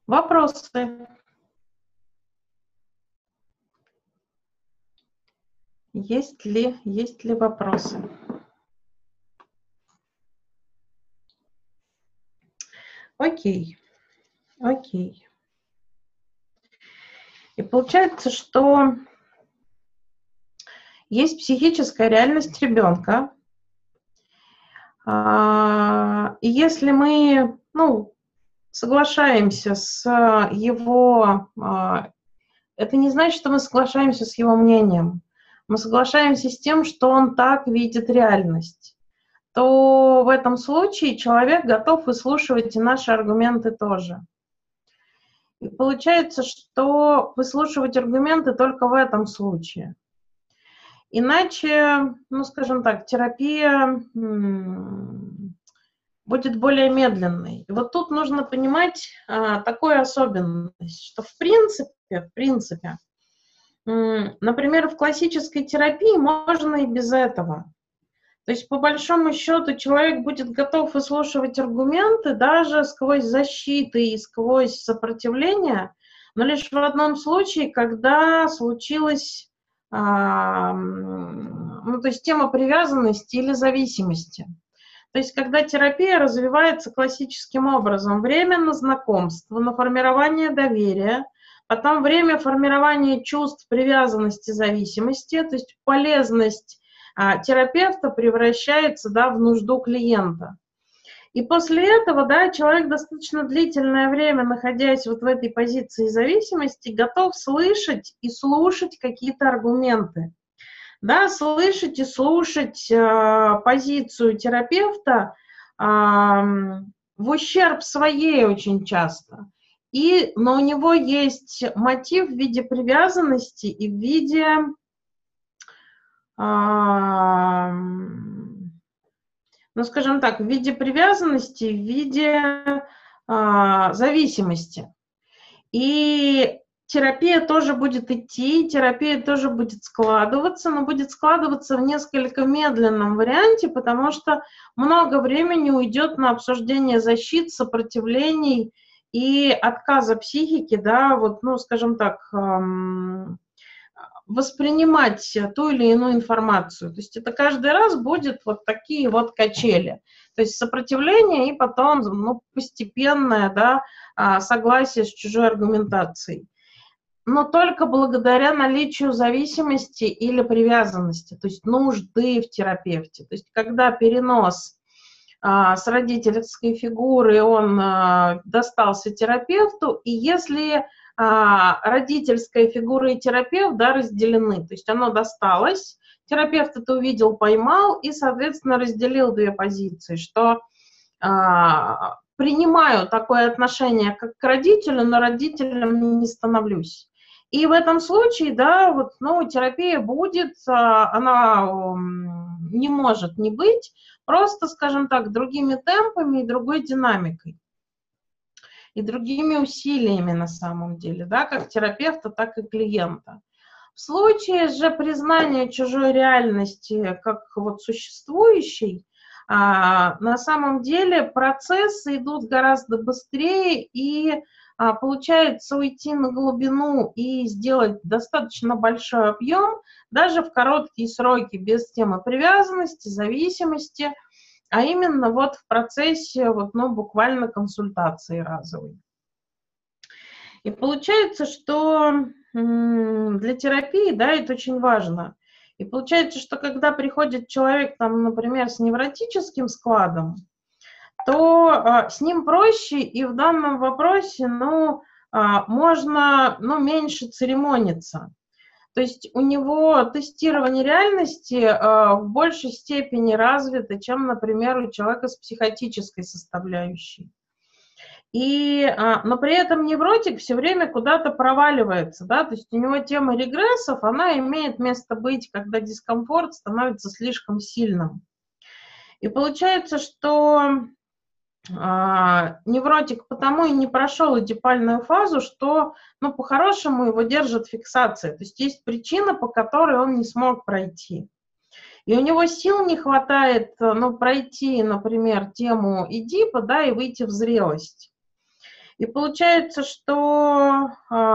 Вопросы? Есть ли вопросы? Окей, окей. И получается, что есть психическая реальность ребенка. И если мы, соглашаемся с его... Это не значит, что мы соглашаемся с его мнением. Мы соглашаемся с тем, что он так видит реальность. То в этом случае человек готов выслушивать и наши аргументы тоже. И получается, что выслушивать аргументы только в этом случае. Иначе, скажем так, терапия будет более медленной. И вот тут нужно понимать такую особенность, что в принципе, например, в классической терапии можно и без этого. То есть, по большому счету, человек будет готов выслушивать аргументы даже сквозь защиты и сквозь сопротивление, но лишь в одном случае, когда случилась то есть тема привязанности или зависимости. То есть, когда терапия развивается классическим образом, время на знакомство, на формирование доверия, потом время формирования чувств привязанности, зависимости, то есть полезность терапевта превращается, в нужду клиента. И после этого, человек достаточно длительное время, находясь вот в этой позиции зависимости, готов слышать и слушать какие-то аргументы. Слышать и слушать позицию терапевта в ущерб своей очень часто. Но у него есть мотив в виде привязанности и в виде скажем так, в виде привязанности, в виде зависимости. И терапия тоже будет идти, терапия тоже будет складываться, но будет складываться в несколько медленном варианте, потому что много времени уйдет на обсуждение защит, сопротивлений и отказа психики, скажем так, воспринимать ту или иную информацию. То есть это каждый раз будет вот такие вот качели. То есть сопротивление и потом постепенное согласие с чужой аргументацией. Но только благодаря наличию зависимости или привязанности, то есть нужды в терапевте. То есть когда перенос с родительской фигуры, он достался терапевту, и если родительская фигура и терапевт, разделены, то есть оно досталось, терапевт это увидел, поймал и, соответственно, разделил две позиции, что принимаю такое отношение как к родителю, но родителем не становлюсь. И в этом случае, терапия будет, она не может не быть, просто, скажем так, другими темпами и другой динамикой. И другими усилиями на самом деле, как терапевта, так и клиента. В случае же признания чужой реальности как существующей, на самом деле процессы идут гораздо быстрее, и получается уйти на глубину и сделать достаточно большой объем даже в короткие сроки без темы привязанности, зависимости, а именно в процессе буквально консультации разовой. И получается, что для терапии, это очень важно. И получается, что когда приходит человек, например, с невротическим складом, то с ним проще, и в данном вопросе, можно, меньше церемониться. То есть у него тестирование реальности в большей степени развито, чем, например, у человека с психотической составляющей. Но при этом невротик все время куда-то проваливается, то есть у него тема регрессов, она имеет место быть, когда дискомфорт становится слишком сильным. И получается, что невротик потому и не прошел эдипальную фазу, что, по-хорошему его держит фиксация. То есть есть причина, по которой он не смог пройти. И у него сил не хватает, пройти, например, тему эдипа, и выйти в зрелость. И получается, что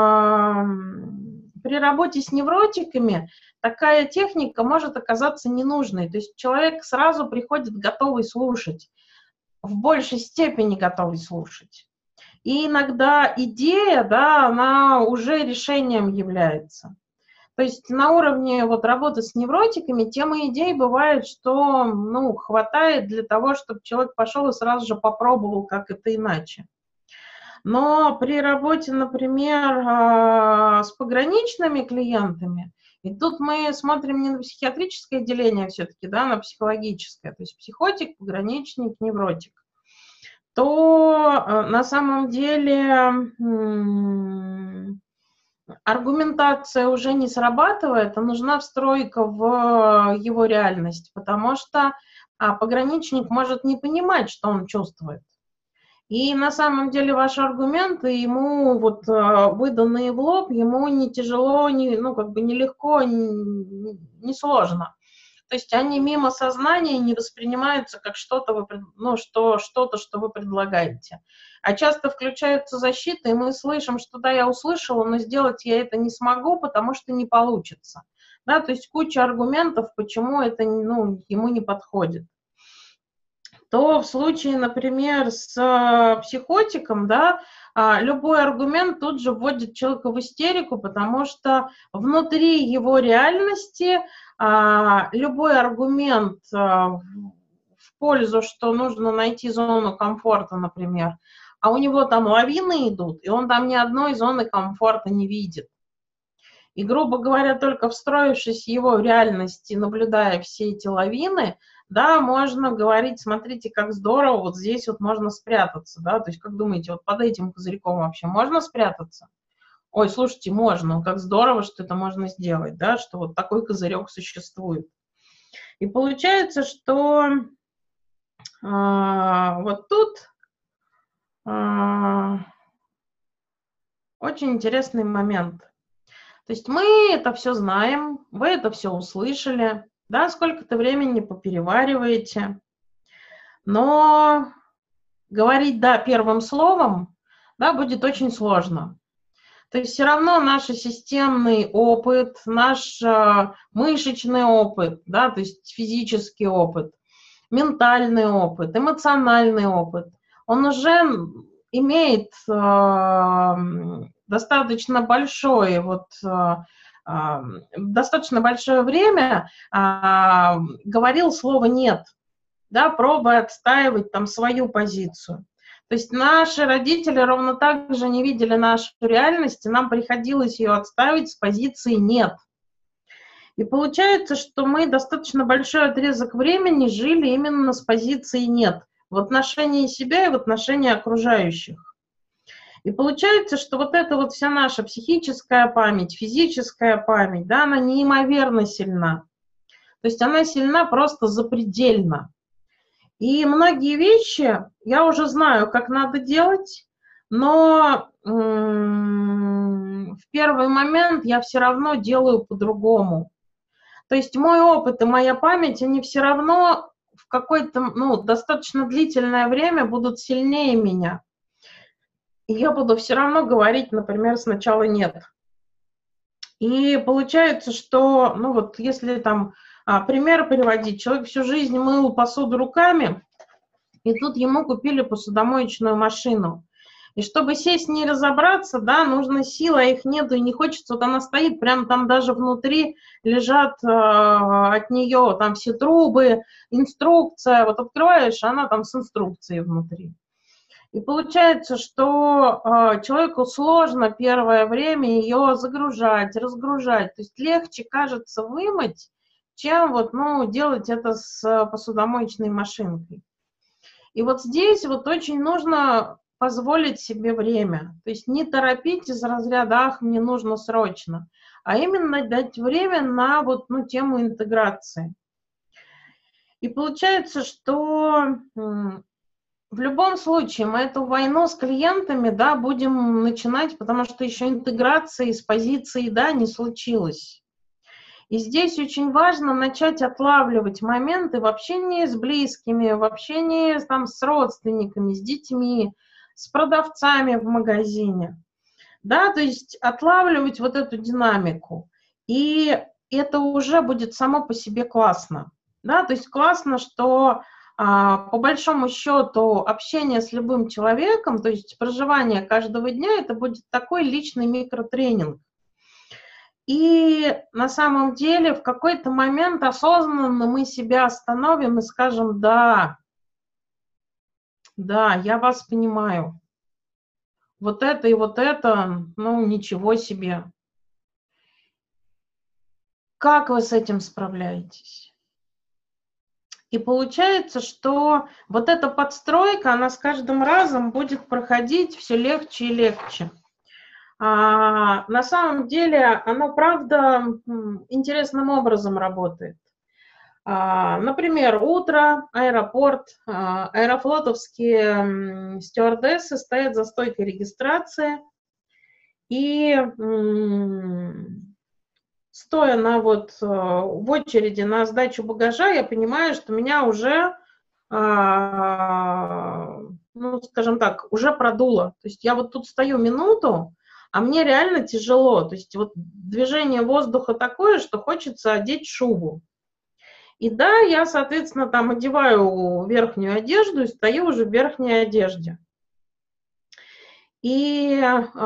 при работе с невротиками такая техника может оказаться ненужной. То есть человек сразу приходит готовый слушать, в большей степени готовый слушать. И иногда идея, да, она уже решением является. То есть на уровне вот работы с невротиками темы идей бывает, что ну, хватает для того, чтобы человек пошел и сразу же попробовал, как это иначе. Но при работе, например, с пограничными клиентами, и тут мы смотрим не на психиатрическое отделение все-таки, да, на психологическое, то есть психотик, пограничник, невротик, то на самом деле аргументация уже не срабатывает, а нужна встройка в его реальность, потому что пограничник может не понимать, что он чувствует. И на самом деле ваши аргументы ему вот выданные в лоб, ему не тяжело, ну как бы не легко, не сложно. То есть они мимо сознания не воспринимаются как что-то, ну, что-то, что вы предлагаете. А часто включаются защиты, и мы слышим, что да, я услышала, но сделать я это не смогу, потому что не получится. Да, то есть куча аргументов, почему это ну, ему не подходит. То в случае, например, с психотиком, да, любой аргумент тут же вводит человека в истерику, потому что внутри его реальности любой аргумент в пользу, что нужно найти зону комфорта, например, а у него там лавины идут, и он там ни одной зоны комфорта не видит. И, грубо говоря, только встроившись в его реальность и наблюдая все эти лавины, да, можно говорить, смотрите, как здорово, вот здесь вот можно спрятаться, да, то есть, как думаете, вот под этим козырьком вообще можно спрятаться? Ой, слушайте, можно, как здорово, что это можно сделать, да, что вот такой козырек существует. И получается, что вот тут очень интересный момент. То есть мы это все знаем, вы это все услышали, да, сколько-то времени поперевариваете, но говорить «да» первым словом, да, будет очень сложно. То есть все равно наш системный опыт, наш мышечный опыт, да, то есть физический опыт, ментальный опыт, эмоциональный опыт, он уже имеет достаточно большое время говорил слово «нет», да, пробуя отстаивать там свою позицию. То есть наши родители ровно так же не видели нашу реальность, и нам приходилось ее отстаивать с позиции «нет». И получается, что мы достаточно большой отрезок времени жили именно с позиции «нет» в отношении себя и в отношении окружающих. И получается, что вот эта вот вся наша психическая память, физическая память, да, она неимоверно сильна. То есть она сильна просто запредельно. И многие вещи я уже знаю, как надо делать, но в первый момент я все равно делаю по-другому. То есть мой опыт и моя память, они все равно в какое-то, ну, достаточно длительное время будут сильнее меня. И я буду все равно говорить, например, сначала «нет». И получается, что, ну вот если там пример приводить, человек всю жизнь мыл посуду руками, и тут ему купили посудомоечную машину. И чтобы сесть с ней разобраться, да, нужно силы, а их нету, и не хочется, вот она стоит, прям там даже внутри лежат от нее там все трубы, инструкция, вот открываешь, она там с инструкцией внутри. И получается, что человеку сложно первое время ее загружать, разгружать. То есть легче, кажется, вымыть, чем вот, ну, делать это с посудомоечной машинкой. И вот здесь вот очень нужно позволить себе время. То есть не торопить из разряда «ах, мне нужно срочно», а именно дать время на вот, ну, тему интеграции. И получается, что в любом случае мы эту войну с клиентами, да, будем начинать, потому что еще интеграции с позиции «да» не случилось. И здесь очень важно начать отлавливать моменты в общении с близкими, в общении там, с родственниками, с детьми, с продавцами в магазине. Да, то есть отлавливать вот эту динамику. И это уже будет само по себе классно. Да, то есть классно, что по большому счету общение с любым человеком, то есть проживание каждого дня, это будет такой личный микротренинг. И на самом деле в какой-то момент осознанно мы себя остановим и скажем: да, я вас понимаю. Вот это и вот это, ну, ничего себе. Как вы с этим справляетесь? И получается, что вот эта подстройка, она с каждым разом будет проходить все легче и легче. На самом деле, оно, правда, интересным образом работает. Например, утро, аэропорт, аэрофлотовские стюардессы стоят за стойкой регистрации, и стоя в очереди на сдачу багажа, я понимаю, что меня уже, скажем так, уже продуло. То есть я вот тут стою минуту, а мне реально тяжело. То есть вот движение воздуха такое, что хочется одеть шубу. И да, я, соответственно, там одеваю верхнюю одежду и стою уже в верхней одежде. И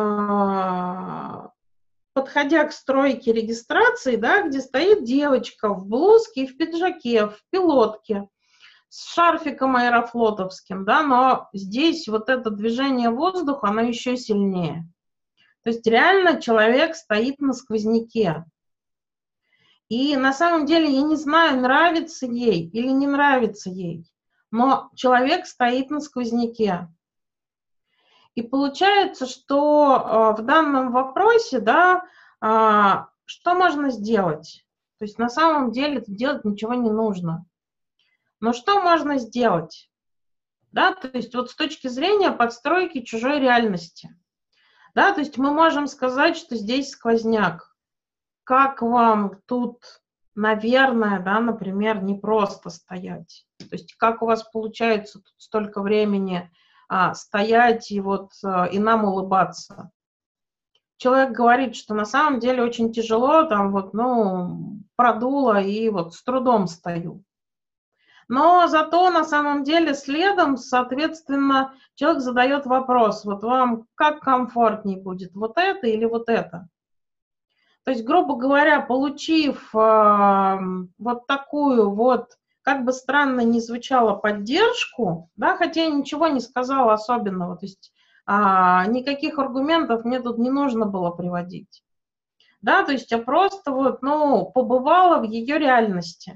подходя к стойке регистрации, да, где стоит девочка в блузке и в пиджаке, в пилотке, с шарфиком аэрофлотовским, да, но здесь вот это движение воздуха, оно еще сильнее. То есть реально человек стоит на сквозняке. И на самом деле я не знаю, нравится ей или не нравится ей, но человек стоит на сквозняке. И получается, что в данном вопросе, да, что можно сделать? То есть на самом деле делать ничего не нужно. Но что можно сделать? Да, то есть вот с точки зрения подстройки чужой реальности. Да, то есть мы можем сказать, что здесь сквозняк. Как вам тут, наверное, да, например, не просто стоять? То есть как у вас получается тут столько времени стоять и и нам улыбаться? Человек говорит, что на самом деле очень тяжело, продуло и с трудом стою. Но зато на самом деле следом, соответственно, человек задает вопрос: вот вам как комфортнее будет, вот это или вот это? То есть, грубо говоря, получив вот такую как бы странно ни звучало, поддержку, да, хотя я ничего не сказала особенного, то есть никаких аргументов мне тут не нужно было приводить, да, то есть я просто побывала в ее реальности.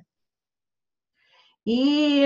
И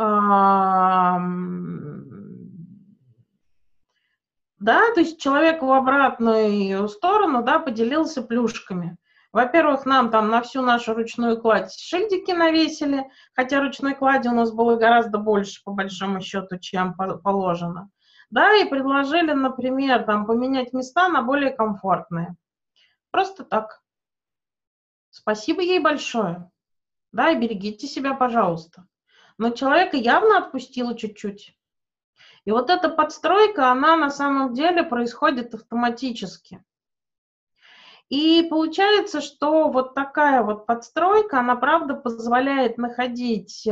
да, то есть человек в обратную сторону, да, поделился плюшками. Во-первых, нам там на всю нашу ручную кладь шильдики навесили, хотя ручной клади у нас было гораздо больше, по большому счету, чем положено. Да, и предложили, например, там поменять места на более комфортные. Просто так. Спасибо ей большое. Да, и берегите себя, пожалуйста. Но человека явно отпустило чуть-чуть. И вот эта подстройка, она на самом деле происходит автоматически. И получается, что вот такая вот подстройка, она, правда, позволяет находить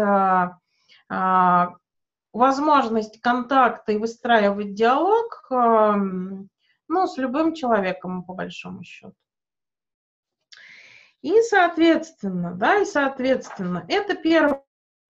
возможность контакта и выстраивать диалог, с любым человеком, по большому счету. И, соответственно, это первая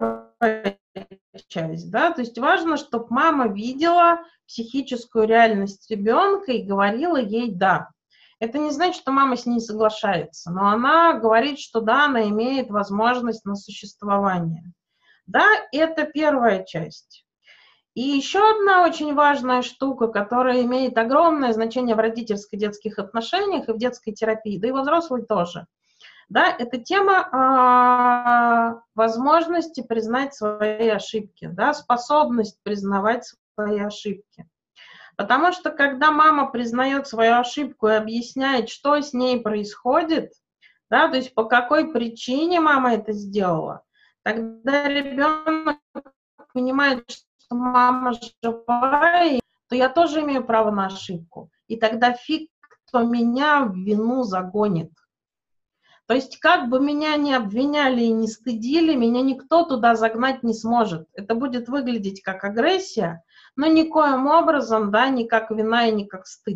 часть, да, то есть важно, чтобы мама видела психическую реальность ребенка и говорила ей «да». Это не значит, что мама с ней соглашается, но она говорит, что да, она имеет возможность на существование. Да, это первая часть. И еще одна очень важная штука, которая имеет огромное значение в родительско-детских отношениях и в детской терапии, да и во взрослой тоже. Да, это тема возможности признать свои ошибки, да, способность признавать свои ошибки. Потому что когда мама признает свою ошибку и объясняет, что с ней происходит, да, то есть по какой причине мама это сделала, тогда ребенок понимает, что мама живая, то я тоже имею право на ошибку. И тогда фиг, кто меня в вину загонит. То есть как бы меня ни обвиняли и не стыдили, меня никто туда загнать не сможет. Это будет выглядеть как агрессия, но никоим образом, да, не как вина и не как стыд.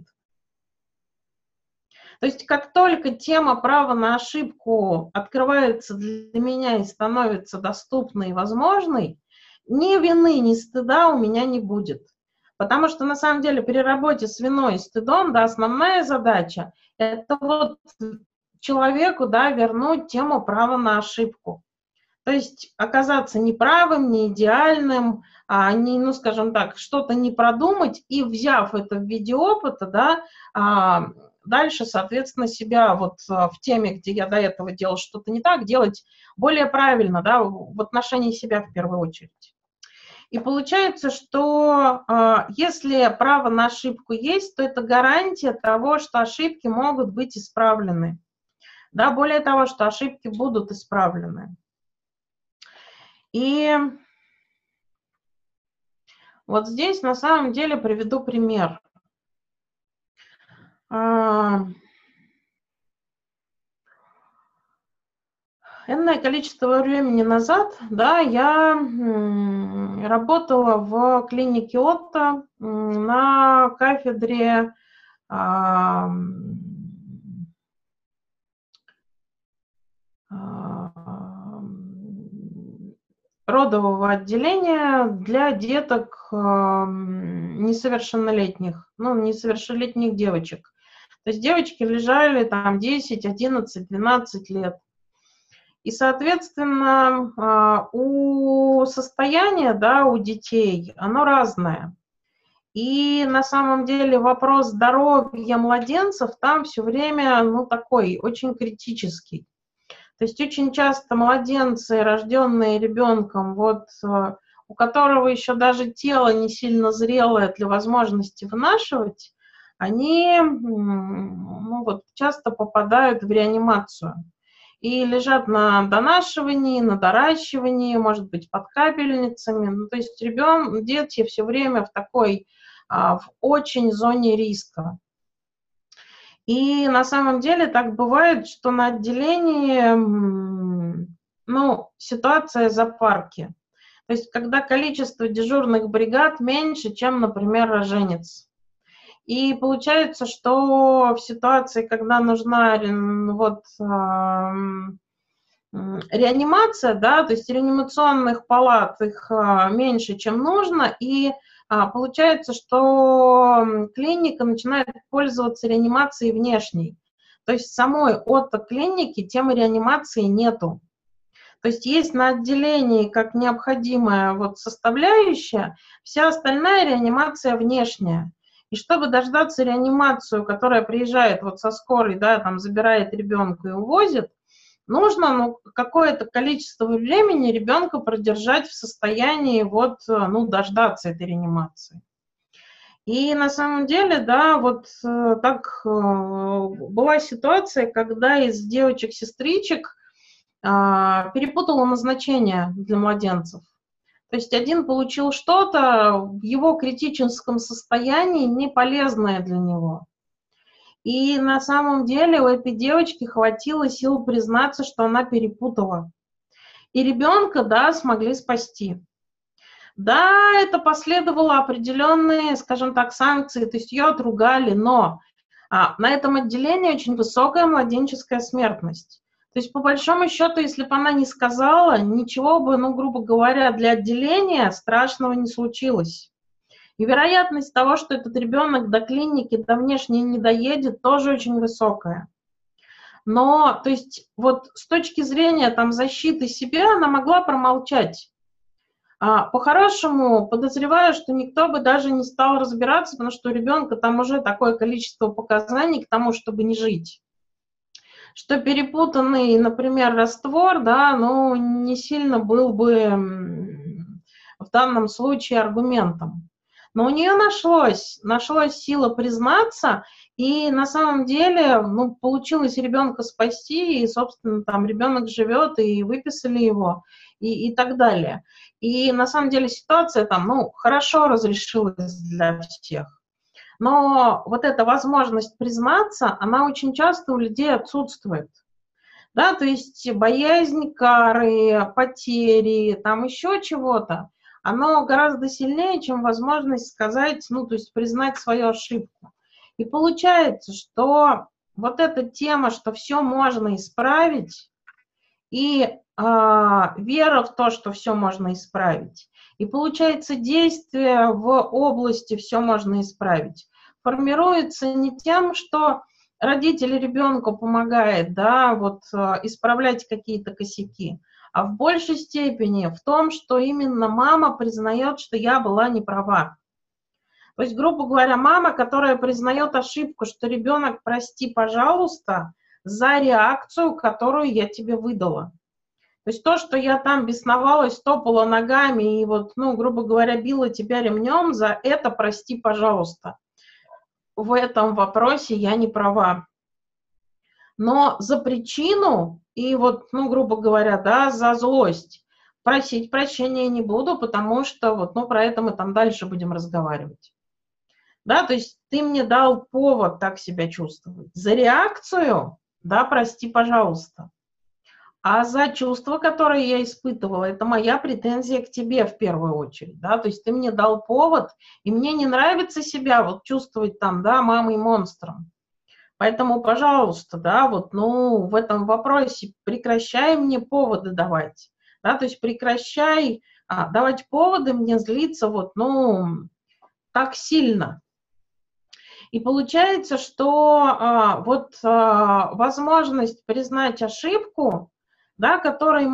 То есть как только тема права на ошибку открывается для меня и становится доступной и возможной, ни вины, ни стыда у меня не будет. Потому что на самом деле при работе с виной и стыдом, да, основная задача – это вот человеку, да, вернуть тему права на ошибку. То есть оказаться неправым, не идеальным, не, ну, скажем так, что-то не продумать и, взяв это в виде опыта, да, дальше, соответственно, себя вот в теме, где я до этого делал что-то не так, делать более правильно, да, в отношении себя в первую очередь. И получается, что если право на ошибку есть, то это гарантия того, что ошибки могут быть исправлены. Да, более того, что ошибки будут исправлены. И вот здесь на самом деле приведу пример. Энное количество времени назад, да, я работала в клинике Отто на кафедре родового отделения для деток несовершеннолетних, ну, несовершеннолетних девочек. То есть девочки лежали там 10, 11, 12 лет. И, соответственно, у состояния, да, у детей, оно разное. И на самом деле вопрос здоровья младенцев там все время, ну, такой, очень критический. То есть очень часто младенцы, рожденные ребенком, вот, у которого еще даже тело не сильно зрелое для возможности вынашивать, они, ну, вот, часто попадают в реанимацию. И лежат на донашивании, на доращивании, может быть, под капельницами. Ну, то есть дети все время в такой, в очень зоне риска. И на самом деле так бывает, что на отделении, ну, ситуация запарки. То есть когда количество дежурных бригад меньше, чем, например, роженец. И получается, что в ситуации, когда нужна вот, реанимация, да, то есть реанимационных палат их меньше, чем нужно, и получается, что клиника начинает пользоваться реанимацией внешней. То есть самой клиники темы реанимации нету. То есть на отделении как необходимая вот составляющая, вся остальная реанимация внешняя. И чтобы дождаться реанимацию, которая приезжает вот со скорой, да, там забирает ребенка и увозит, нужно, ну, какое-то количество времени ребенка продержать в состоянии вот, ну, дождаться этой реанимации. И на самом деле, да, вот так была ситуация, когда из девочек-сестричек перепутала назначение для младенцев. То есть один получил что-то в его критическом состоянии не полезное для него. И на самом деле у этой девочки хватило сил признаться, что она перепутала. И ребенка, да, смогли спасти. Да, это последовало определенные, скажем так, санкции, то есть ее отругали, но на этом отделении очень высокая младенческая смертность. То есть, по большому счету, если бы она не сказала, ничего бы, ну, грубо говоря, для отделения страшного не случилось. И вероятность того, что этот ребенок до клиники, до внешней не доедет, тоже очень высокая. Но, то есть, вот с точки зрения там защиты себя она могла промолчать. По-хорошему, подозреваю, что никто бы даже не стал разбираться, потому что у ребенка там уже такое количество показаний к тому, чтобы не жить. Что перепутанный, например, раствор, да, ну, не сильно был бы в данном случае аргументом. Но у нее нашлась сила признаться, и на самом деле, ну, получилось ребенка спасти, и, собственно, там ребенок живет, и выписали его. и так далее. И на самом деле ситуация там, ну, хорошо разрешилась для всех. Но вот эта возможность признаться, она очень часто у людей отсутствует. Да, то есть боязнь кары, потери, там еще чего-то, оно гораздо сильнее, чем возможность сказать, ну, то есть признать свою ошибку. И получается, что вот эта тема, что все можно исправить, и вера в то, что все можно исправить, и получается действие в области «все можно исправить», формируется не тем, что родители ребенку помогает, да, вот исправлять какие-то косяки, а в большей степени в том, что именно мама признает, что я была не права. То есть, грубо говоря, мама, которая признает ошибку, что ребенок, прости, пожалуйста, за реакцию, которую я тебе выдала. То есть то, что я там бесновалась, топала ногами и вот, ну, грубо говоря, била тебя ремнем, за это прости, пожалуйста. В этом вопросе я не права. Но за причину и вот, ну, грубо говоря, да, за злость просить прощения не буду, потому что вот, ну, про это мы там дальше будем разговаривать. Да, то есть ты мне дал повод так себя чувствовать. За реакцию, да, прости, пожалуйста. А за чувства, которые я испытывала, это моя претензия к тебе в первую очередь, да, то есть ты мне дал повод, и мне не нравится себя вот чувствовать там, да, мамой-монстром. Поэтому, пожалуйста, да, вот, ну, в этом вопросе прекращай мне поводы давать, да, то есть прекращай давать поводы мне злиться вот, ну, так сильно. И получается, что возможность признать ошибку, да, которую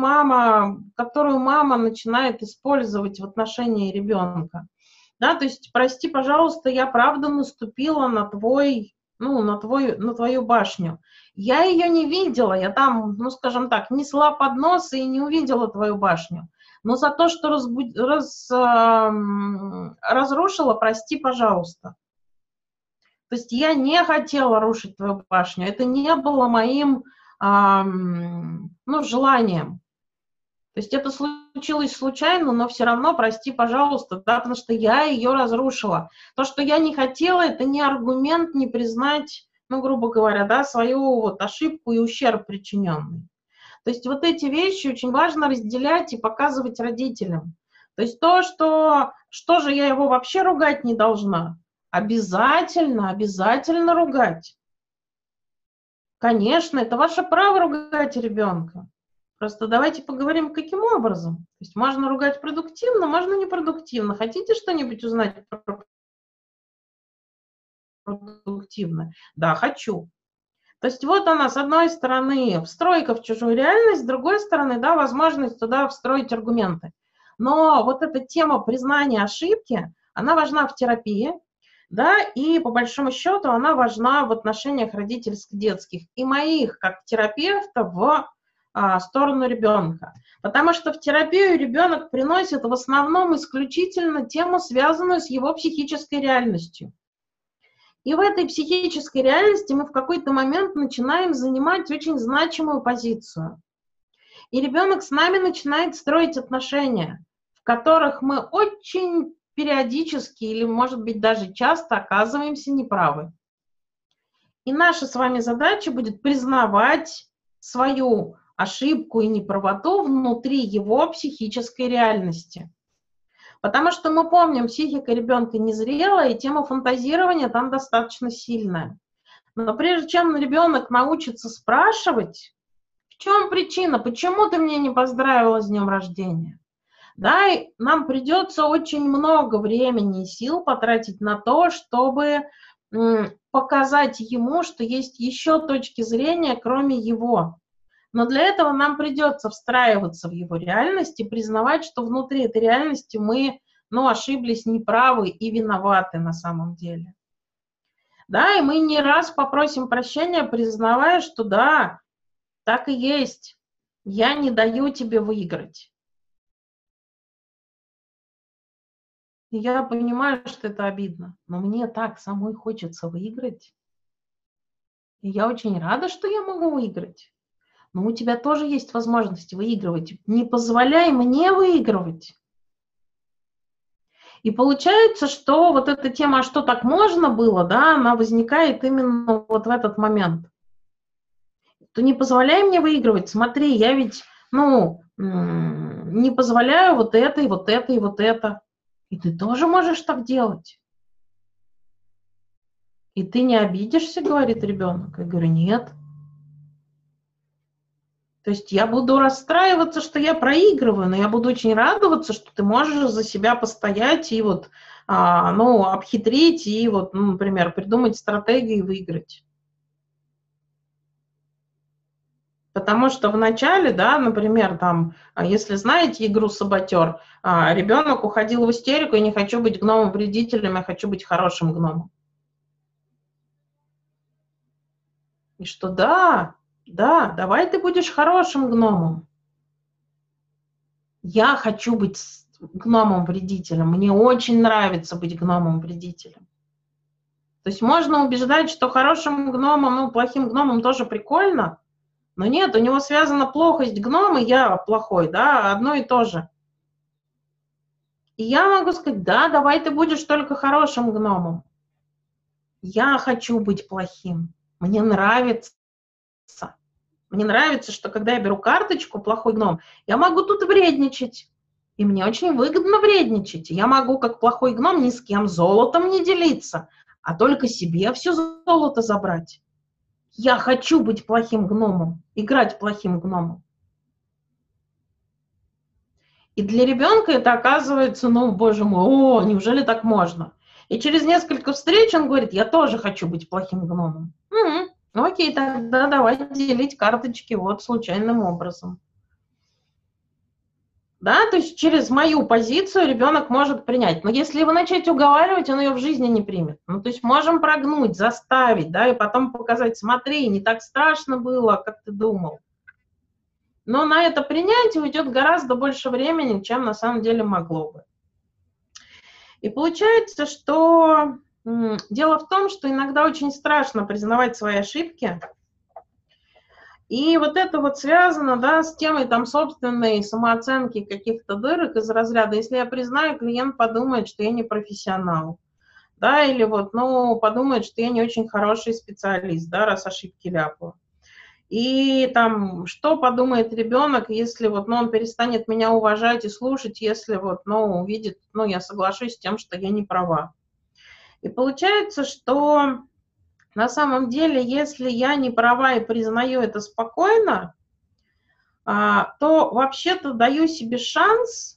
мама начинает использовать в отношении ребенка. Да, то есть, прости, пожалуйста, я правда наступила на твою башню. Я ее не видела, я там, ну, скажем так, несла поднос и не увидела твою башню. Но за то, что разрушила, прости, пожалуйста. То есть я не хотела рушить твою башню, это не было моим желанием. То есть это случилось случайно, но все равно, прости, пожалуйста, да, потому что я ее разрушила. То, что я не хотела, это не аргумент не признать, ну, грубо говоря, да, свою вот ошибку и ущерб причиненный. То есть вот эти вещи очень важно разделять и показывать родителям. То есть то, что же я его вообще ругать не должна, обязательно ругать. Конечно, это ваше право ругать ребенка. Просто давайте поговорим, каким образом. То есть можно ругать продуктивно, можно непродуктивно. Хотите что-нибудь узнать про продуктивно? Да, хочу. То есть вот она, с одной стороны, встройка в чужую реальность, с другой стороны, да, возможность туда встроить аргументы. Но вот эта тема признания ошибки, она важна в терапии, да, и по большому счету она важна в отношениях родительско-детских и моих, как терапевта, в сторону ребенка. Потому что в терапию ребенок приносит в основном исключительно тему, связанную с его психической реальностью. И в этой психической реальности мы в какой-то момент начинаем занимать очень значимую позицию. И ребенок с нами начинает строить отношения, в которых мы очень периодически или, может быть, даже часто оказываемся неправы. И наша с вами задача будет признавать свою ошибку и неправоту внутри его психической реальности. Потому что мы помним, психика ребенка незрелая, и тема фантазирования там достаточно сильная. Но прежде чем ребенок научится спрашивать, в чем причина, почему ты меня не поздравила с днем рождения, да, и нам придется очень много времени и сил потратить на то, чтобы показать ему, что есть еще точки зрения, кроме его. Но для этого нам придется встраиваться в его реальность и признавать, что внутри этой реальности мы, ошиблись, неправы и виноваты на самом деле. Да, и мы не раз попросим прощения, признавая, что да, так и есть. Я не даю тебе выиграть. И я понимаю, что это обидно, но мне так самой хочется выиграть. И я очень рада, что я могу выиграть. но у тебя тоже есть возможность выигрывать. Не позволяй мне выигрывать. И получается, что вот эта тема, а что так можно было, да, она возникает именно вот в этот момент. То не позволяй мне выигрывать. Смотри, я ведь, не позволяю вот это, и вот это, и вот это. И ты тоже можешь так делать. И ты не обидишься, говорит ребенок. Я говорю, нет. То есть я буду расстраиваться, что я проигрываю, но я буду очень радоваться, что ты можешь за себя постоять и вот, обхитрить и вот, например, придумать стратегию и выиграть. Потому что в начале, да, например, там, если знаете игру «Саботер», ребенок уходил в истерику, я не хочу быть гномом-вредителем, я хочу быть хорошим гномом. И что да, давай ты будешь хорошим гномом. Я хочу быть гномом-вредителем, мне очень нравится быть гномом-вредителем. То есть можно убеждать, что хорошим гномом, плохим гномом тоже прикольно, но нет, у него связана плохость гнома, я плохой, да, одно и то же. И я могу сказать, да, давай ты будешь только хорошим гномом. Я хочу быть плохим. Мне нравится. Мне нравится, что когда я беру карточку «плохой гном», я могу тут вредничать. И мне очень выгодно вредничать. Я могу, как плохой гном, ни с кем золотом не делиться, а только себе все золото забрать. Я хочу быть плохим гномом, играть плохим гномом. И для ребенка это оказывается, боже мой, неужели так можно? И через несколько встреч он говорит, я тоже хочу быть плохим гномом. Окей, тогда давай делить карточки вот случайным образом. Да, то есть через мою позицию ребенок может принять. Но если его начать уговаривать, он ее в жизни не примет. То есть можем прогнуть, заставить, да, и потом показать, смотри, не так страшно было, как ты думал. Но на это принятие уйдет гораздо больше времени, чем на самом деле могло бы. И получается, что дело в том, что иногда очень страшно признавать свои ошибки. И вот это вот связано, да, с темой там собственной самооценки каких-то дырок из разряда. Если я признаю, клиент подумает, что я не профессионал, да, или вот, подумает, что я не очень хороший специалист, да, раз ошибки ляпаю. И там, что подумает ребенок, если вот, он перестанет меня уважать и слушать, если вот, увидит, я соглашусь с тем, что я не права. И получается, что на самом деле, если я не права и признаю это спокойно, то вообще-то даю себе шанс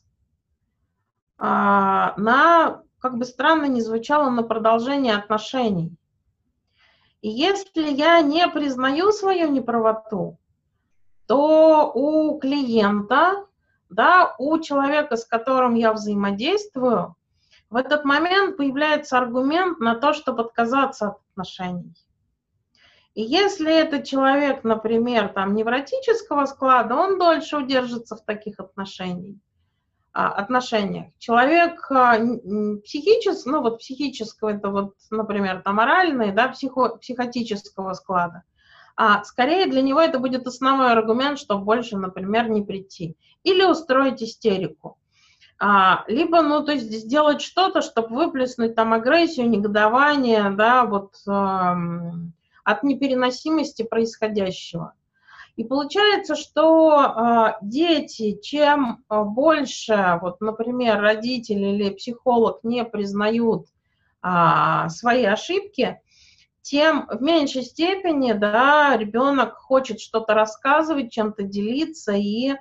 на, как бы странно ни звучало, на продолжение отношений. И если я не признаю свою неправоту, то у клиента, да, у человека, с которым я взаимодействую, в этот момент появляется аргумент на то, чтобы отказаться от отношений. И если это человек, например, там, невротического склада, он дольше удержится в таких отношениях. Человек психического, психического, это вот, например, там, моральный, да, психотического склада, скорее для него это будет основной аргумент, чтобы больше, например, не прийти. Или устроить истерику. Либо, то есть сделать что-то, чтобы выплеснуть там агрессию, негодование, да, вот от непереносимости происходящего. И получается, что дети, чем больше, вот, например, родители или психолог не признают свои ошибки, тем в меньшей степени, да, ребенок хочет что-то рассказывать, чем-то делиться, и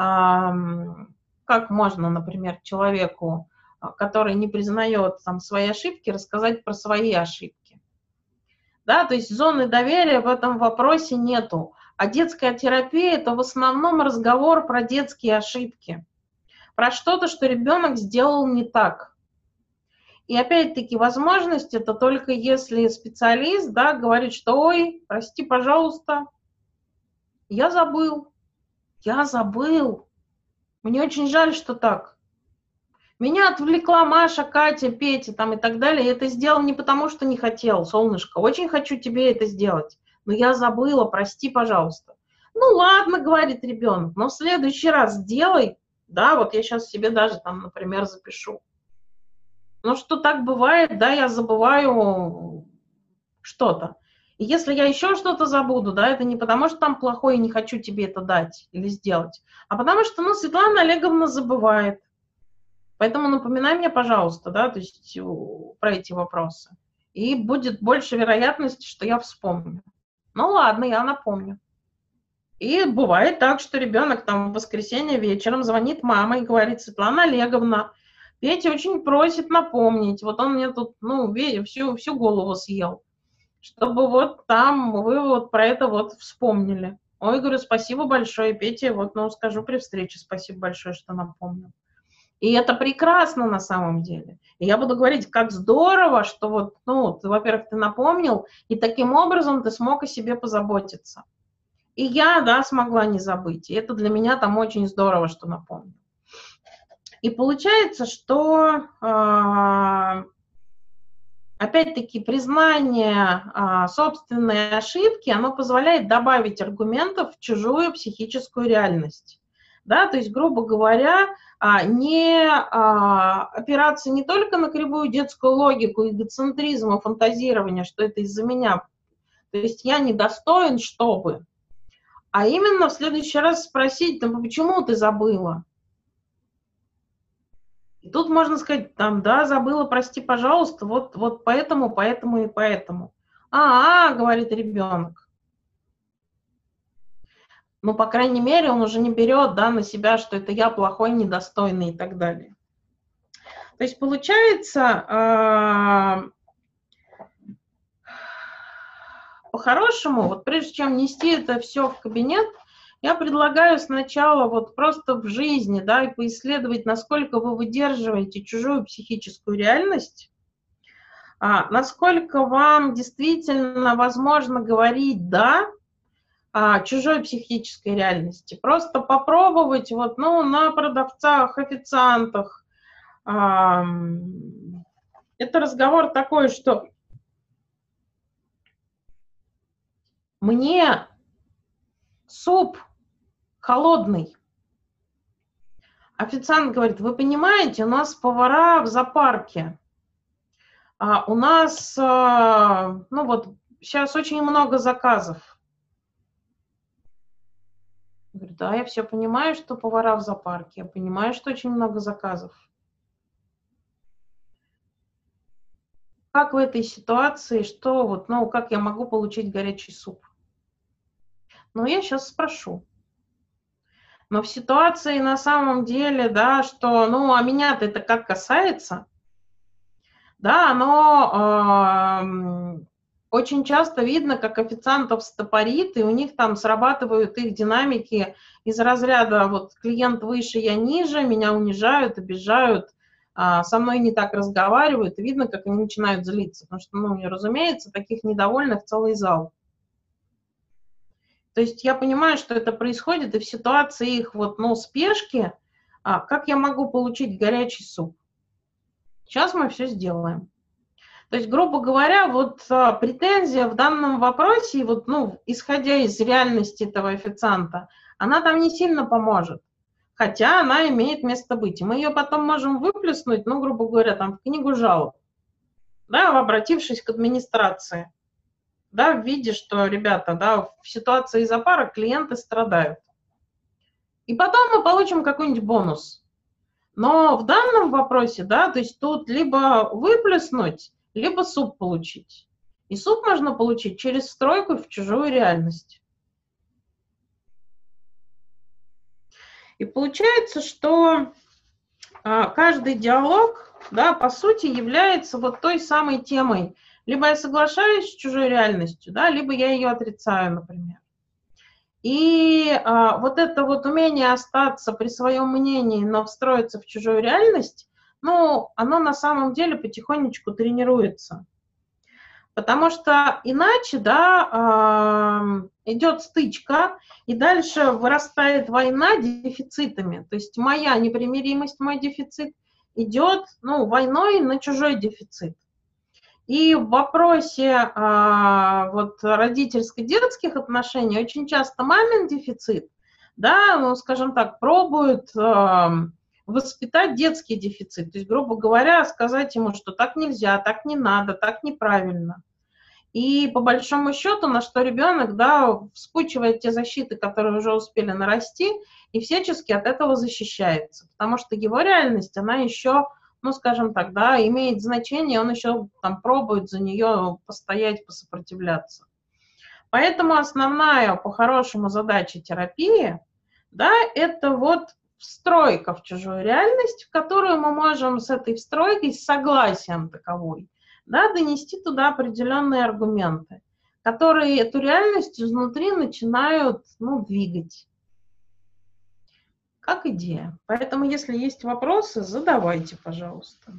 как можно, например, человеку, который не признает там свои ошибки, рассказать про свои ошибки. Да, то есть зоны доверия в этом вопросе нету. А детская терапия – это в основном разговор про детские ошибки, про что-то, что ребенок сделал не так. И опять-таки возможность это только если специалист, да, говорит, что ой, прости, пожалуйста, я забыл, мне очень жаль, что так. Меня отвлекла Маша, Катя, Петя там, и так далее. Я это сделал не потому, что не хотел, солнышко. Очень хочу тебе это сделать. Но я забыла, прости, пожалуйста. Ну ладно, говорит ребенок, но в следующий раз сделай, да, вот я сейчас себе даже там, например, запишу. Ну что так бывает, да, я забываю что-то. И если я еще что-то забуду, да, это не потому, что там плохое и не хочу тебе это дать или сделать, а потому что, ну, Светлана Олеговна забывает. Поэтому напоминай мне, пожалуйста, да, то есть про эти вопросы. И будет больше вероятности, что я вспомню. Ну ладно, я напомню. И бывает так, что ребенок там в воскресенье вечером звонит мама и говорит: Светлана Олеговна, Петя очень просит напомнить, вот он мне тут, ну, всю голову съел, чтобы вот там вы вот про это вот вспомнили. Ой, говорю, спасибо большое, Петя, вот, ну, скажу при встрече, спасибо большое, что напомнил. И это прекрасно на самом деле. И я буду говорить, как здорово, что вот, ну, ты, во-первых, ты напомнил, и таким образом ты смог о себе позаботиться. И я, да, смогла не забыть. И это для меня там очень здорово, что напомнил. И получается, что, опять-таки, признание собственной ошибки, оно позволяет добавить аргументов в чужую психическую реальность. Да, то есть, грубо говоря, не опираться не только на кривую детскую логику, эгоцентризм и фантазирование, что это из-за меня, то есть я недостоин, чтобы, а именно в следующий раз спросить, там, почему ты забыла? И тут можно сказать, там, да, забыла, прости, пожалуйста, вот поэтому, поэтому и поэтому. Говорит ребенок. Ну, по крайней мере, он уже не берет, да, на себя, что это я плохой, недостойный и так далее. То есть получается, по-хорошему, вот прежде чем нести это все в кабинет, я предлагаю сначала вот просто в жизни, да, и поисследовать, насколько вы выдерживаете чужую психическую реальность, насколько вам действительно возможно говорить «да» чужой психической реальности. Просто попробовать вот, ну, на продавцах, официантах. Это разговор такой, что мне суп холодный. Официант говорит: вы понимаете, у нас повара в зоопарке. У нас, ну вот, сейчас очень много заказов. Я говорю: да, я все понимаю, что повара в зоопарке, я понимаю, что очень много заказов. Как в этой ситуации, что вот, ну, как я могу получить горячий суп? Ну, я сейчас спрошу. Но в ситуации на самом деле, да, что, ну, а меня-то это как касается, да, оно очень часто видно, как официантов стопорит, и у них там срабатывают их динамики из разряда вот клиент выше, я ниже, меня унижают, обижают, со мной не так разговаривают, и видно, как они начинают злиться, потому что, ну, разумеется, таких недовольных целый зал. То есть я понимаю, что это происходит, и в ситуации их вот, ну, спешки, как я могу получить горячий суп? Сейчас мы все сделаем. То есть, грубо говоря, вот претензия в данном вопросе, вот, ну, исходя из реальности этого официанта, она там не сильно поможет, хотя она имеет место быть. И мы ее потом можем выплеснуть, ну, грубо говоря, там, в книгу жалоб, да, обратившись к администрации, да, в виде, что, ребята, да, в ситуации зоопарка клиенты страдают. И потом мы получим какой-нибудь бонус. Но в данном вопросе, да, то есть тут либо выплеснуть, либо суп получить. И суп можно получить через встройку в чужую реальность. И получается, что каждый диалог, да, по сути, является вот той самой темой. Либо я соглашаюсь с чужой реальностью, да, либо я ее отрицаю, например. И вот это вот умение остаться при своем мнении, но встроиться в чужую реальность, ну, оно на самом деле потихонечку тренируется. Потому что иначе, да, идет стычка, и дальше вырастает война дефицитами. То есть моя непримиримость, мой дефицит идет, ну, войной на чужой дефицит. И в вопросе вот родительско-детских отношений очень часто мамин дефицит, да, ну, скажем так, пробуют воспитать детский дефицит. То есть, грубо говоря, сказать ему, что так нельзя, так не надо, так неправильно. И по большому счету, на что ребенок, да, вспучивает те защиты, которые уже успели нарасти, и всячески от этого защищается. Потому что его реальность, она еще, ну, скажем так, да, имеет значение, он еще там пробует за нее постоять, посопротивляться. Поэтому основная, по-хорошему, задача терапии, да, это вот встройка в чужую реальность, в которую мы можем с этой встройкой, с согласием таковой, да, донести туда определенные аргументы, которые эту реальность изнутри начинают, ну, двигать. Как идея. Поэтому, если есть вопросы, задавайте, пожалуйста.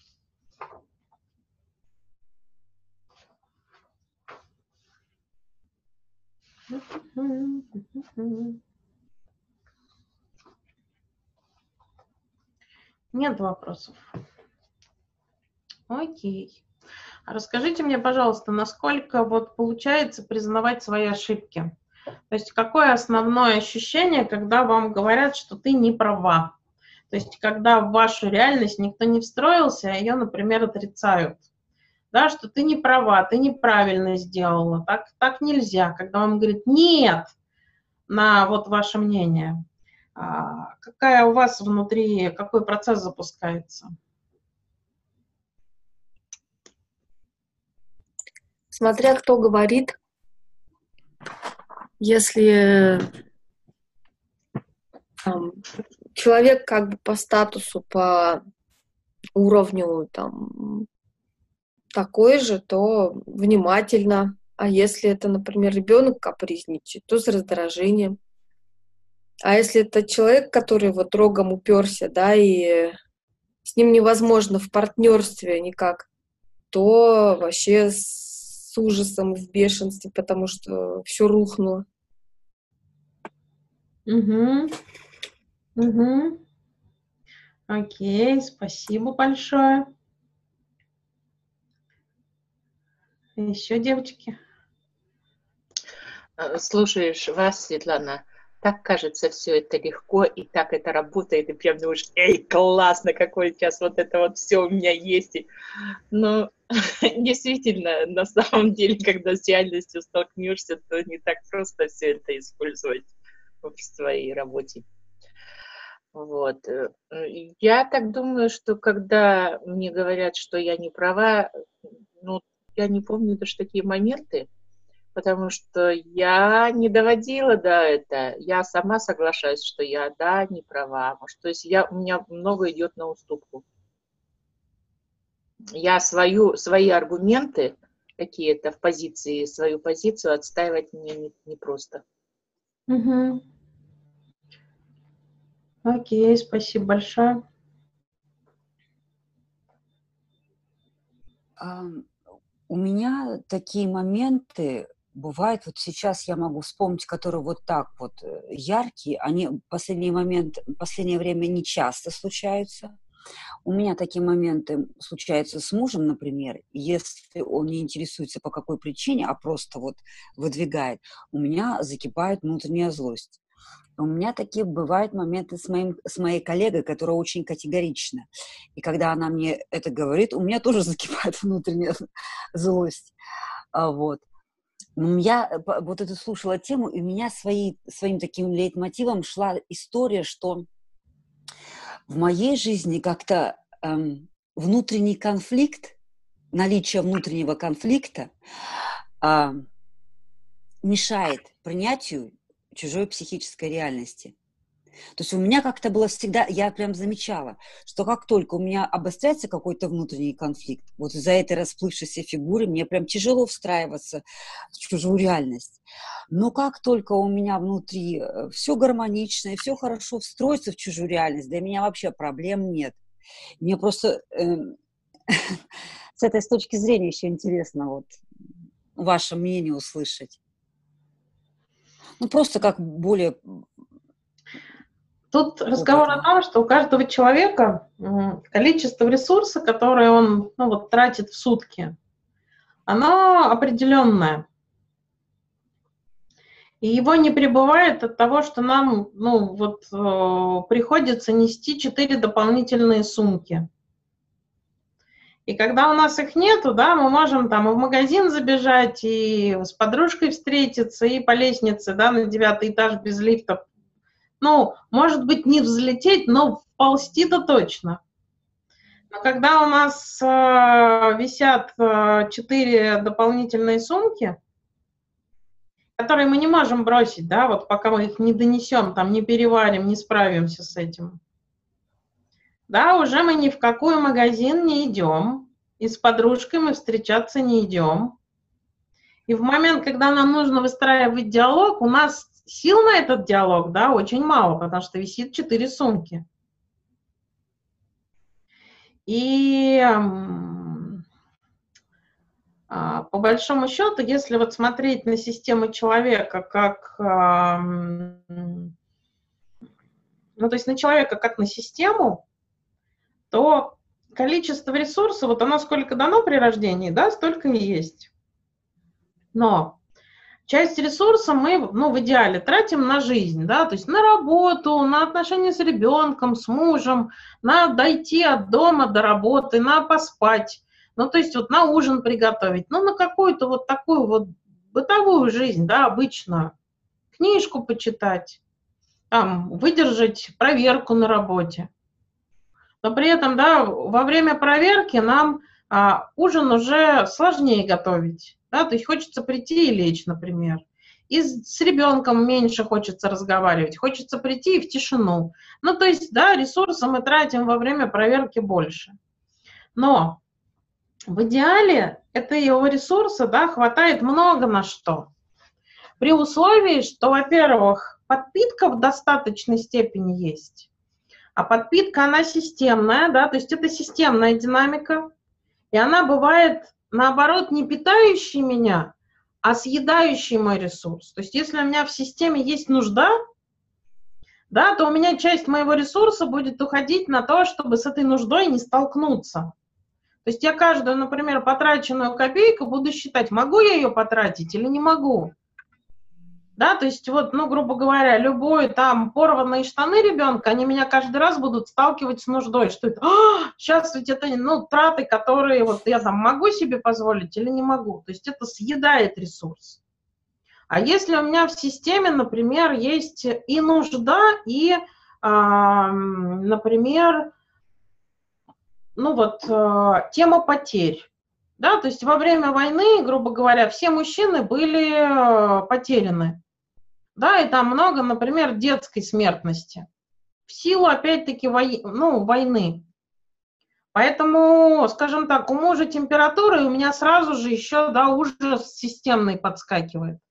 Нет вопросов. Окей. Расскажите мне, пожалуйста, насколько вот получается признавать свои ошибки? То есть какое основное ощущение, когда вам говорят, что ты не права? То есть когда в вашу реальность никто не встроился, а ее, например, отрицают. Да, что ты не права, ты неправильно сделала, так нельзя. Когда вам говорят «нет» на вот ваше мнение, какая у вас внутри, какой процесс запускается? Смотря кто говорит, если человек как бы по статусу, по уровню там такой же, то внимательно. А если это, например, ребенок капризничает, то с раздражением. А если это человек, который вот рогом уперся, да, и с ним невозможно в партнерстве никак, то вообще с ужасом, в бешенстве, потому что все рухнуло. Угу. Угу. Окей, спасибо большое. Еще девочки? Слушаешь вас, Светлана, так кажется, все это легко, и так это работает, и прям думаешь, эй, классно, какой сейчас вот это вот все у меня есть. Но действительно, на самом деле, когда с реальностью столкнешься, то не так просто все это использовать в своей работе. Вот. Я так думаю, что когда мне говорят, что я не права, ну, я не помню даже такие моменты, потому что я не доводила до этого. Я сама соглашаюсь, что я, да, не права. Может, то есть у меня много идет на уступку. Я свои аргументы какие-то в позиции, свою позицию отстаивать мне не просто. Угу. Окей, спасибо большое. У меня такие моменты бывают, вот сейчас я могу вспомнить, которые вот так вот яркие, они в последнее время не часто случаются. У меня такие моменты случаются с мужем, например, если он не интересуется по какой причине, а просто вот выдвигает, у меня закипает внутренняя злость. У меня такие бывают моменты с моей коллегой, которая очень категорична. И когда она мне это говорит, у меня тоже закипает внутренняя злость. Вот. Я вот эту слушала тему, и у меня своим таким лейтмотивом шла история, что в моей жизни как-то внутренний конфликт, наличие внутреннего конфликта мешает принятию чужой психической реальности. То есть у меня как-то было всегда, я прям замечала, что как только у меня обостряется какой-то внутренний конфликт, вот из-за этой расплывшейся фигуры мне прям тяжело встраиваться в чужую реальность. Но как только у меня внутри все гармонично и все хорошо встроится в чужую реальность, для меня вообще проблем нет. Мне просто с этой точки зрения еще интересно вот ваше мнение услышать. Ну, просто как более... Тут разговор о том, что у каждого человека количество ресурсов, которые он тратит в сутки, оно определенное. И его не прибывает от того, что нам приходится нести 4 дополнительные сумки. И когда у нас их нету, да, мы можем там и в магазин забежать, и с подружкой встретиться, и по лестнице, да, на 9-й этаж без лифта. Ну, может быть, не взлететь, но вползти-то точно. Но когда у нас висят 4 дополнительные сумки, которые мы не можем бросить, да, вот пока мы их не донесем, там, не переварим, не справимся с этим. Да, уже мы ни в какой магазин не идем, и с подружкой мы встречаться не идем. И в момент, когда нам нужно выстраивать диалог, у нас сил на этот диалог, да, очень мало, потому что висит 4 сумки. И по большому счету, если вот смотреть на систему человека как, то есть на человека как на систему, то количество ресурсов, вот оно сколько дано при рождении, да, столько и есть. Но часть ресурса мы, в идеале тратим на жизнь, да, то есть на работу, на отношения с ребенком, с мужем, на дойти от дома до работы, на поспать. То есть вот на ужин приготовить, на какую-то вот такую вот бытовую жизнь, да, обычную. Книжку почитать, там, выдержать проверку на работе. Но при этом, да, во время проверки нам ужин уже сложнее готовить, да, то есть хочется прийти и лечь, например. И с ребенком меньше хочется разговаривать, хочется прийти и в тишину. То есть, да, ресурсы мы тратим во время проверки больше. Но в идеале этого ресурса, да, хватает много на что. При условии, что, во-первых, подпитка в достаточной степени есть, а подпитка, она системная, да, то есть это системная динамика, и она бывает, наоборот, не питающей меня, а съедающей мой ресурс. То есть если у меня в системе есть нужда, да, то у меня часть моего ресурса будет уходить на то, чтобы с этой нуждой не столкнуться. То есть я каждую, например, потраченную копейку буду считать, могу я ее потратить или не могу. Да, то есть вот, грубо говоря, любой там порванные штаны ребенка, они меня каждый раз будут сталкивать с нуждой, что это, сейчас ведь это, траты, которые вот я там могу себе позволить или не могу. То есть это съедает ресурс. А если у меня в системе, например, есть и нужда, и, например, тема потерь. Да, то есть во время войны, грубо говоря, все мужчины были потеряны. Да, и там много, например, детской смертности. В силу, опять-таки, войны. Поэтому, скажем так, у мужа температура, и у меня сразу же еще, да, ужас системный подскакивает.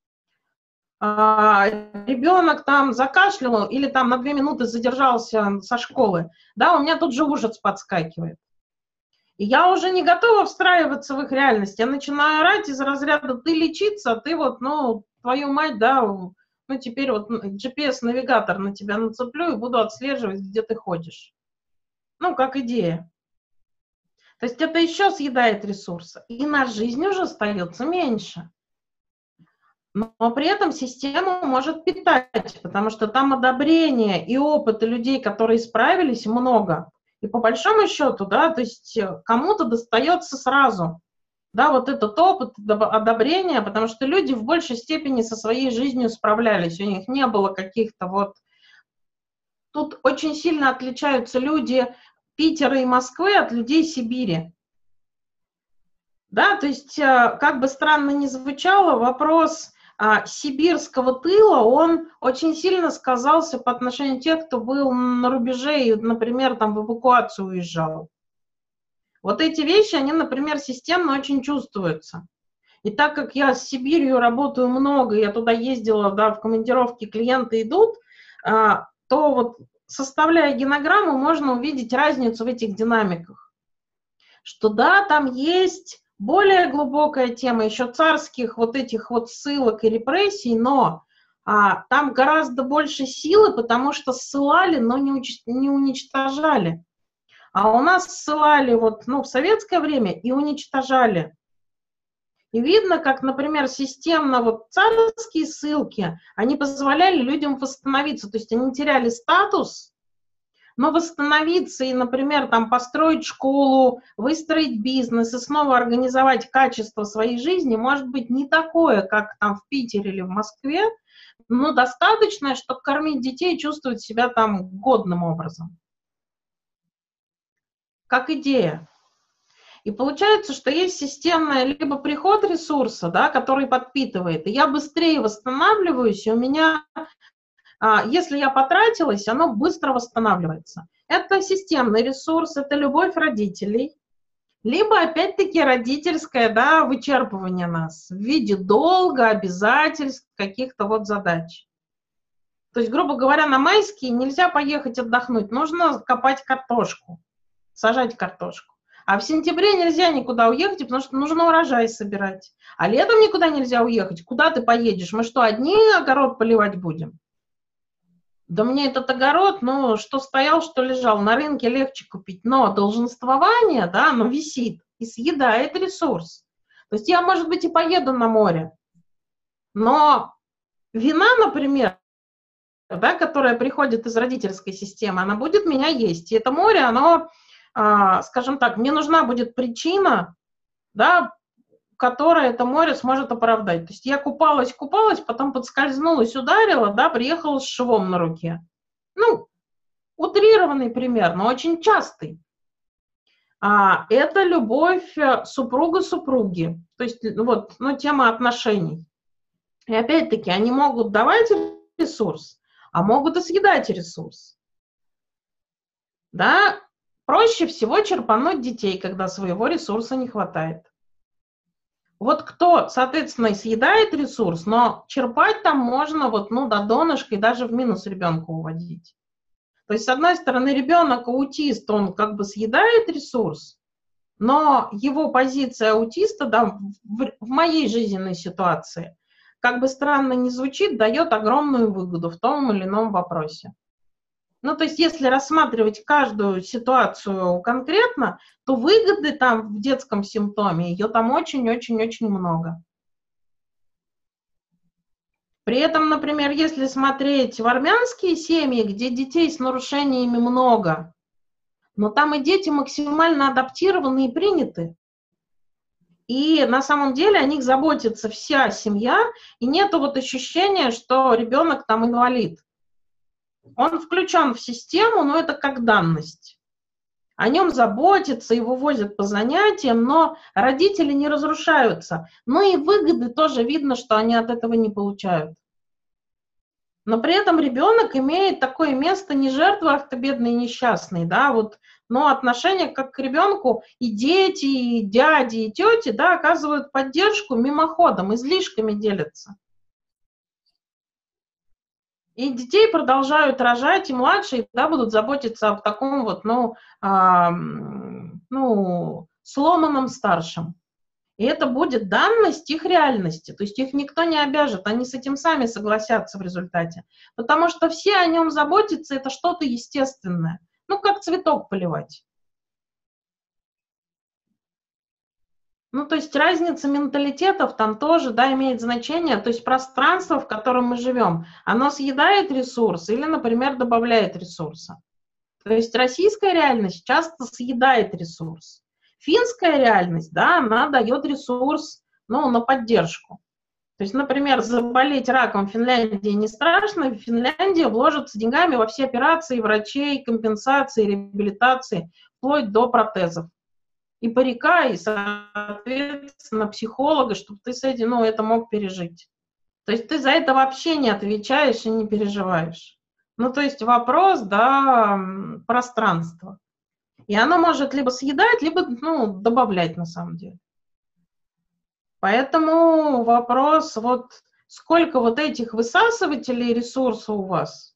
Ребенок там закашлял или там на 2 минуты задержался со школы, да, у меня тут же ужас подскакивает. И я уже не готова встраиваться в их реальность. Я начинаю орать из разряда «ты лечиться», а ты вот, твою мать, да, теперь вот GPS-навигатор на тебя нацеплю и буду отслеживать, где ты ходишь. Как идея. То есть это еще съедает ресурсы. И на жизнь уже остается меньше. Но при этом систему может питать, потому что там одобрение и опыта людей, которые справились, много. И по большому счету, да, то есть кому-то достается сразу, да, вот этот опыт одобрения, потому что люди в большей степени со своей жизнью справлялись, у них не было каких-то вот... Тут очень сильно отличаются люди Питера и Москвы от людей Сибири. Да, то есть, как бы странно ни звучало, вопрос сибирского тыла, он очень сильно сказался по отношению к тех, кто был на рубеже и, например, там в эвакуацию уезжал. Вот эти вещи, они, например, системно очень чувствуются. И так как я с Сибирью работаю много, я туда ездила, да, в командировки, клиенты идут, то вот составляя генограмму, можно увидеть разницу в этих динамиках. Что да, там есть более глубокая тема еще царских вот этих вот ссылок и репрессий, но там гораздо больше силы, потому что ссылали, но не уничтожали. А у нас ссылали вот, в советское время и уничтожали. И видно, как, например, системно вот царские ссылки, они позволяли людям восстановиться, то есть они теряли статус, но восстановиться и, например, там построить школу, выстроить бизнес и снова организовать качество своей жизни может быть не такое, как там в Питере или в Москве, но достаточное, чтобы кормить детей и чувствовать себя там годным образом. Как идея. И получается, что есть системное либо приход ресурса, да, который подпитывает, и я быстрее восстанавливаюсь, и у меня, если я потратилась, оно быстро восстанавливается. Это системный ресурс, это любовь родителей, либо, опять-таки, родительское, да, вычерпывание нас в виде долга, обязательств, каких-то вот задач. То есть, грубо говоря, на майские нельзя поехать отдохнуть, нужно копать картошку, сажать картошку. А в сентябре нельзя никуда уехать, потому что нужно урожай собирать. А летом никуда нельзя уехать. Куда ты поедешь? Мы что, одни огород поливать будем? Да мне этот огород, ну, что стоял, что лежал, на рынке легче купить. Но долженствование, да, оно висит и съедает ресурс. То есть я, может быть, и поеду на море. Но вина, например, да, которая приходит из родительской системы, она будет меня есть. И это море, оно... скажем так, мне нужна будет причина, да, которая это море сможет оправдать. То есть я купалась, потом подскользнулась, ударила, да, приехала с швом на руке. Ну, утрированный пример, но очень частый. Это любовь супруга-супруги. То есть вот, ну, тема отношений. И опять-таки, они могут давать ресурс, а могут и съедать ресурс. Да, проще всего черпануть детей, когда своего ресурса не хватает. Вот кто, соответственно, съедает ресурс, но черпать там можно вот, ну, до донышка и даже в минус ребенка уводить. То есть, с одной стороны, ребенок аутист, он как бы съедает ресурс, но его позиция аутиста, да, в моей жизненной ситуации, как бы странно ни звучит, дает огромную выгоду в том или ином вопросе. Ну, то есть, если рассматривать каждую ситуацию конкретно, то выгоды там в детском симптоме, ее там очень-очень-очень много. При этом, например, если смотреть в армянские семьи, где детей с нарушениями много, но там и дети максимально адаптированы и приняты. И на самом деле о них заботится вся семья, и нету вот ощущения, что ребенок там инвалид. Он включен в систему, но это как данность. О нем заботятся, его возят по занятиям, но родители не разрушаются. Но и выгоды тоже видно, что они от этого не получают. Но при этом ребенок имеет такое место не жертва, ах ты бедный несчастный, да, вот, но отношение как к ребенку и дети, и дяди, и тети, да, оказывают поддержку мимоходом, излишками делятся. И детей продолжают рожать, и младшие, да, будут заботиться об таком вот, сломанном старшем. И это будет данность их реальности, то есть их никто не обяжет, они с этим сами согласятся в результате. Потому что все о нем заботятся, это что-то естественное. Ну, как цветок поливать. Ну, то есть разница менталитетов там тоже, да, имеет значение. То есть пространство, в котором мы живем, оно съедает ресурс или, например, добавляет ресурса. То есть российская реальность часто съедает ресурс. Финская реальность, да, она дает ресурс, ну, на поддержку. То есть, например, заболеть раком в Финляндии не страшно, Финляндия вложится деньгами во все операции врачей, компенсации, реабилитации, вплоть до протезов. И парика, и, соответственно, психолога, чтобы ты с этим, ну, это мог пережить. То есть ты за это вообще не отвечаешь и не переживаешь. Ну, то есть вопрос, да, пространства. И оно может либо съедать, либо, ну, добавлять на самом деле. Поэтому вопрос, вот сколько вот этих высасывателей ресурса у вас,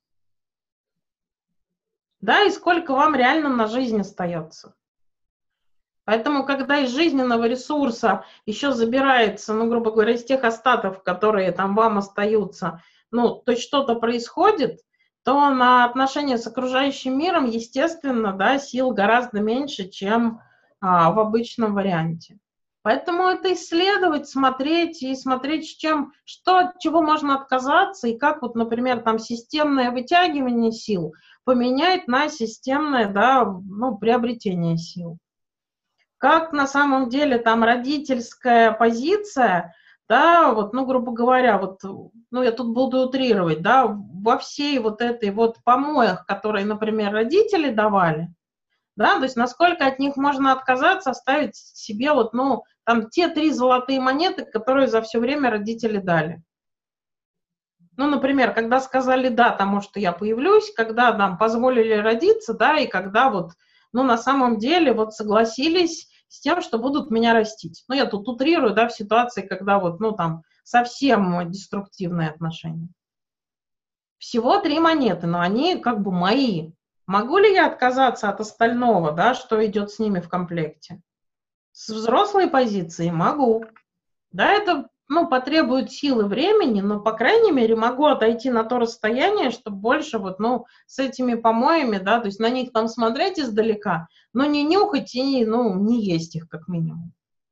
да, и сколько вам реально на жизнь остается. Поэтому, когда из жизненного ресурса еще забирается, ну, грубо говоря, из тех остатков, которые там вам остаются, ну, то есть что-то происходит, то на отношения с окружающим миром, естественно, да, сил гораздо меньше, чем в обычном варианте. Поэтому это исследовать, смотреть и смотреть, от чего можно отказаться, и как вот, например, там системное вытягивание сил поменять на системное, да, ну, приобретение сил. Как на самом деле там родительская позиция, да, вот, ну, грубо говоря, вот, ну, я тут буду утрировать, да, во всей вот этой вот помоях, которые, например, родители давали, да, то есть насколько от них можно отказаться, оставить себе вот, ну, там те 3 золотые монеты, которые за все время родители дали. Ну, например, когда сказали «да» тому, что я появлюсь, когда нам позволили родиться, да, и когда вот, ну, на самом деле вот согласились с тем, что будут меня растить. Ну, я тут утрирую, да, в ситуации, когда вот, ну, там, совсем деструктивные отношения. Всего 3 монеты, но они как бы мои. Могу ли я отказаться от остального, да, что идет с ними в комплекте? С взрослой позиции могу. Да, это, ну, потребует силы времени, но, по крайней мере, могу отойти на то расстояние, чтобы больше вот, ну, с этими помоями, да, то есть на них там смотреть издалека, но не нюхать и, ну, не есть их, как минимум.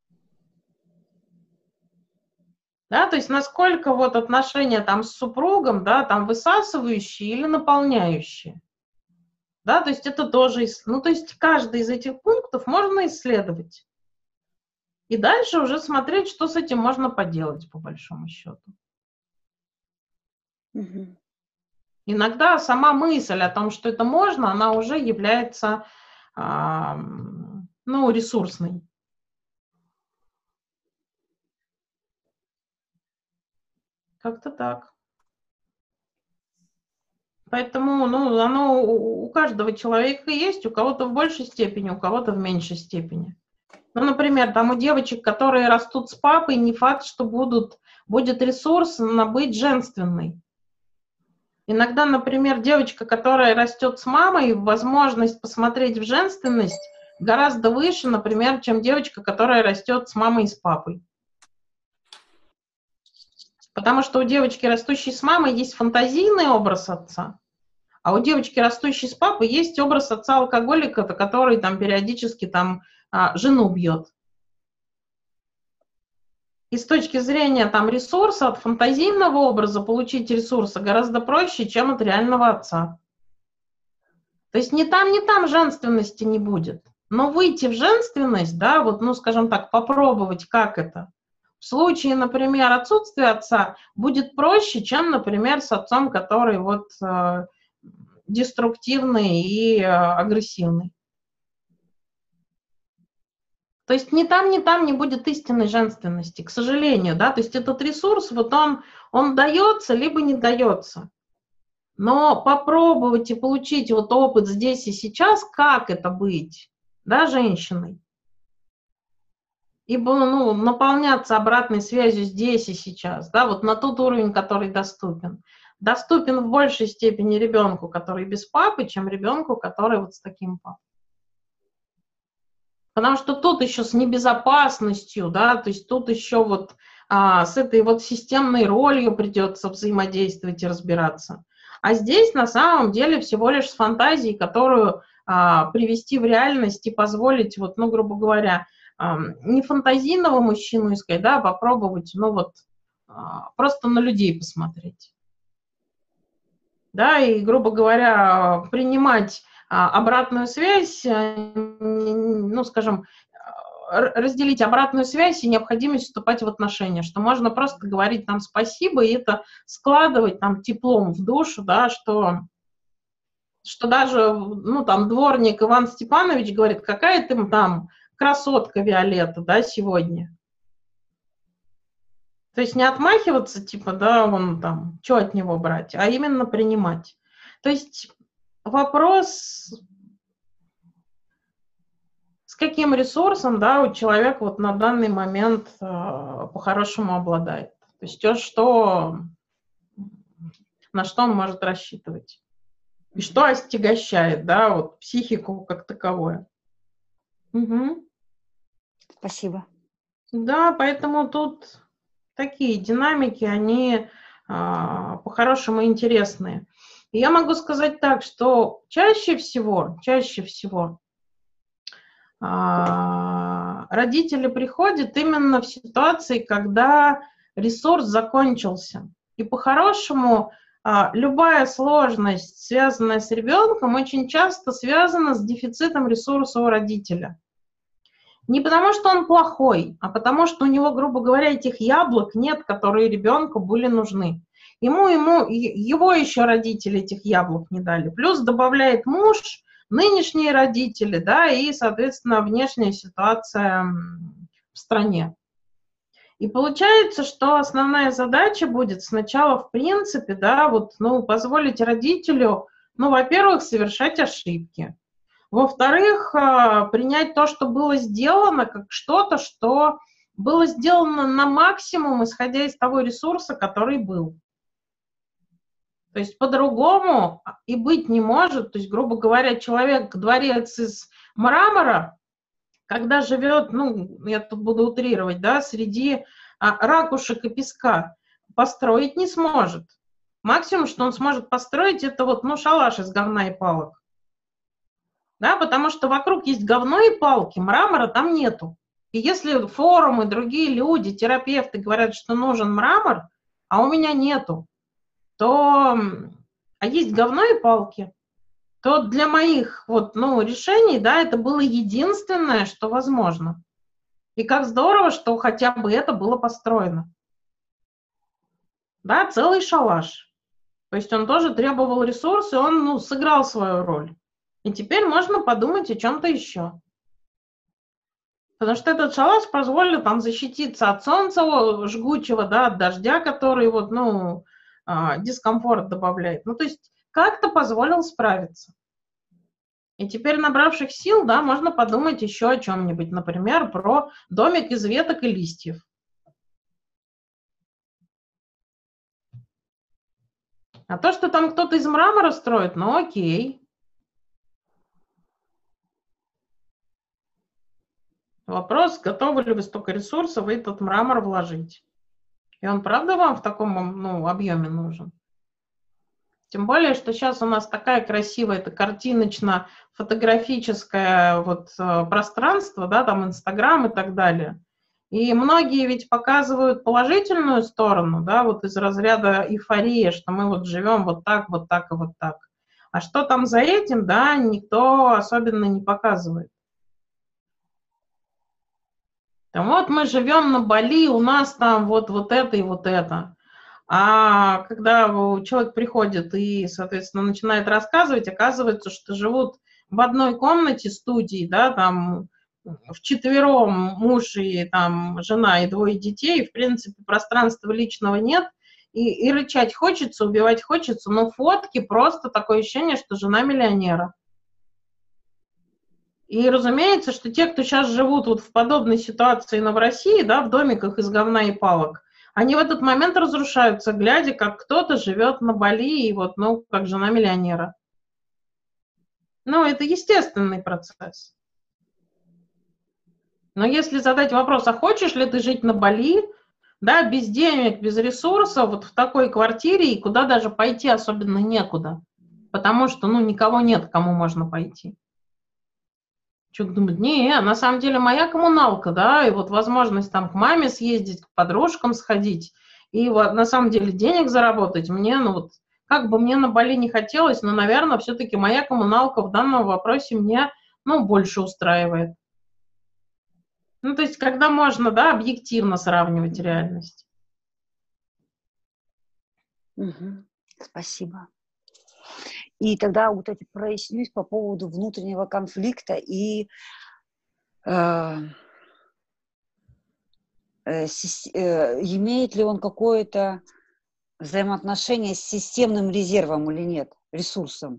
Да, то есть насколько вот отношения там с супругом, да, там высасывающие или наполняющие. Да, то есть это тоже, ну, то есть каждый из этих пунктов можно исследовать. И дальше уже смотреть, что с этим можно поделать, по большому счету. Мгм. Иногда сама мысль о том, что это можно, она уже является, ну, ресурсной. Как-то так. Поэтому, ну, оно у каждого человека есть, у кого-то в большей степени, у кого-то в меньшей степени. Ну, например, там у девочек, которые растут с папой, не факт, что будет ресурс на быть женственной. Иногда, например, девочка, которая растет с мамой, возможность посмотреть в женственность гораздо выше, например, чем девочка, которая растет с мамой и с папой. Потому что у девочки, растущей с мамой, есть фантазийный образ отца, а у девочки, растущей с папой, есть образ отца-алкоголика, который там периодически там жену бьет. И с точки зрения там ресурса, от фантазийного образа получить ресурсы гораздо проще, чем от реального отца. То есть ни там женственности не будет. Но выйти в женственность, да, вот, ну, скажем так, попробовать, как это. В случае, например, отсутствия отца будет проще, чем, например, с отцом, который вот деструктивный и агрессивный. То есть ни там не будет истинной женственности, к сожалению, да, то есть этот ресурс, вот он дается, либо не дается. Но попробовать и получить вот опыт здесь и сейчас, как это быть, да, женщиной, и, ну, наполняться обратной связью здесь и сейчас, да, вот на тот уровень, который доступен. Доступен в большей степени ребенку, который без папы, чем ребенку, который вот с таким папой. Потому что тут еще с небезопасностью, да, то есть тут еще вот с этой вот системной ролью придется взаимодействовать и разбираться. А здесь на самом деле всего лишь с фантазией, которую привести в реальность и позволить, вот, ну, грубо говоря, не фантазийного мужчину искать, да, а попробовать, ну, вот, просто на людей посмотреть. Да, и, грубо говоря, принимать обратную связь, ну, скажем, разделить обратную связь и необходимость вступать в отношения, что можно просто говорить там спасибо и это складывать там теплом в душу, да, что даже, ну, там, дворник Иван Степанович говорит, какая ты там красотка Виолетта, да, сегодня. То есть не отмахиваться, типа, да, он там, что от него брать, а именно принимать. То есть вопрос, с каким ресурсом, да, у человека вот на данный момент по-хорошему обладает. То есть на что он может рассчитывать. И что отягощает, да, вот психику как таковое. Угу. Спасибо. Да, поэтому тут такие динамики, они по-хорошему интересные. И я могу сказать так, что чаще всего родители приходят именно в ситуации, когда ресурс закончился. И по-хорошему любая сложность, связанная с ребенком, очень часто связана с дефицитом ресурса у родителя. Не потому, что он плохой, а потому, что у него, грубо говоря, этих яблок нет, которые ребенку были нужны. Его еще родители этих яблок не дали. Плюс добавляет муж, нынешние родители, да, и, соответственно, внешняя ситуация в стране. И получается, что основная задача будет сначала, в принципе, да, вот, позволить родителю, во-первых, совершать ошибки. Во-вторых, принять то, что было сделано, как что-то, что было сделано на максимум, исходя из того ресурса, который был. То есть по-другому и быть не может. То есть, грубо говоря, дворец из мрамора, когда живет, я тут буду утрировать, да, среди ракушек и песка, построить не сможет. Максимум, что он сможет построить, это шалаш из говна и палок. Да, потому что вокруг есть говно и палки, мрамора там нету. И если форумы, другие люди, терапевты говорят, что нужен мрамор, а у меня нету, а есть говно и палки, то для моих решений, да, это было единственное, что возможно. И как здорово, что хотя бы это было построено. Да, целый шалаш. То есть он тоже требовал ресурс, и он, сыграл свою роль. И теперь можно подумать о чем-то еще. Потому что этот шалаш позволит там защититься от солнца жгучего, да, от дождя, который дискомфорт добавляет. То есть как-то позволил справиться. И теперь, набравших сил, да, можно подумать еще о чем-нибудь. Например, про домик из веток и листьев. А то, что там кто-то из мрамора строит, окей. Вопрос, готовы ли вы столько ресурсов в этот мрамор вложить. И он, правда, вам в таком объеме нужен? Тем более, что сейчас у нас такая красивая, это картиночно-фотографическое пространство, да, там Инстаграм и так далее. И многие ведь показывают положительную сторону, да, из разряда эйфории, что мы живем вот так и вот так. А что там за этим, да, никто особенно не показывает. Там мы живем на Бали, у нас там вот это и вот это. А когда человек приходит и, соответственно, начинает рассказывать, оказывается, что живут в одной комнате студии, да, там вчетвером муж и там жена и двое детей, и, в принципе, пространства личного нет, и рычать хочется, убивать хочется, но фотки просто такое ощущение, что жена миллионера. И разумеется, что те, кто сейчас живут в подобной ситуации, но в России, да, в домиках из говна и палок, они в этот момент разрушаются, глядя, как кто-то живет на Бали и как жена миллионера. Это естественный процесс. Но если задать вопрос, а хочешь ли ты жить на Бали, да, без денег, без ресурсов, в такой квартире, и куда даже пойти особенно некуда, потому что, никого нет, к кому можно пойти. Человек думает, на самом деле моя коммуналка, да, и возможность там к маме съездить, к подружкам сходить, и на самом деле денег заработать, мне, как бы мне на Бали не хотелось, но, наверное, все-таки моя коммуналка в данном вопросе мне, больше устраивает. То есть, когда можно, да, объективно сравнивать реальность. Угу. Спасибо. И тогда прояснюсь по поводу внутреннего конфликта и имеет ли он какое-то взаимоотношение с системным резервом или нет, ресурсом?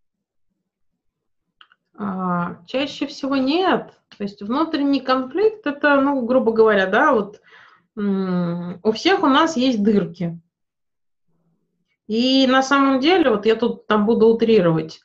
Чаще всего нет. То есть внутренний конфликт, это, грубо говоря, да, у всех у нас есть дырки. И на самом деле, я тут там буду утрировать.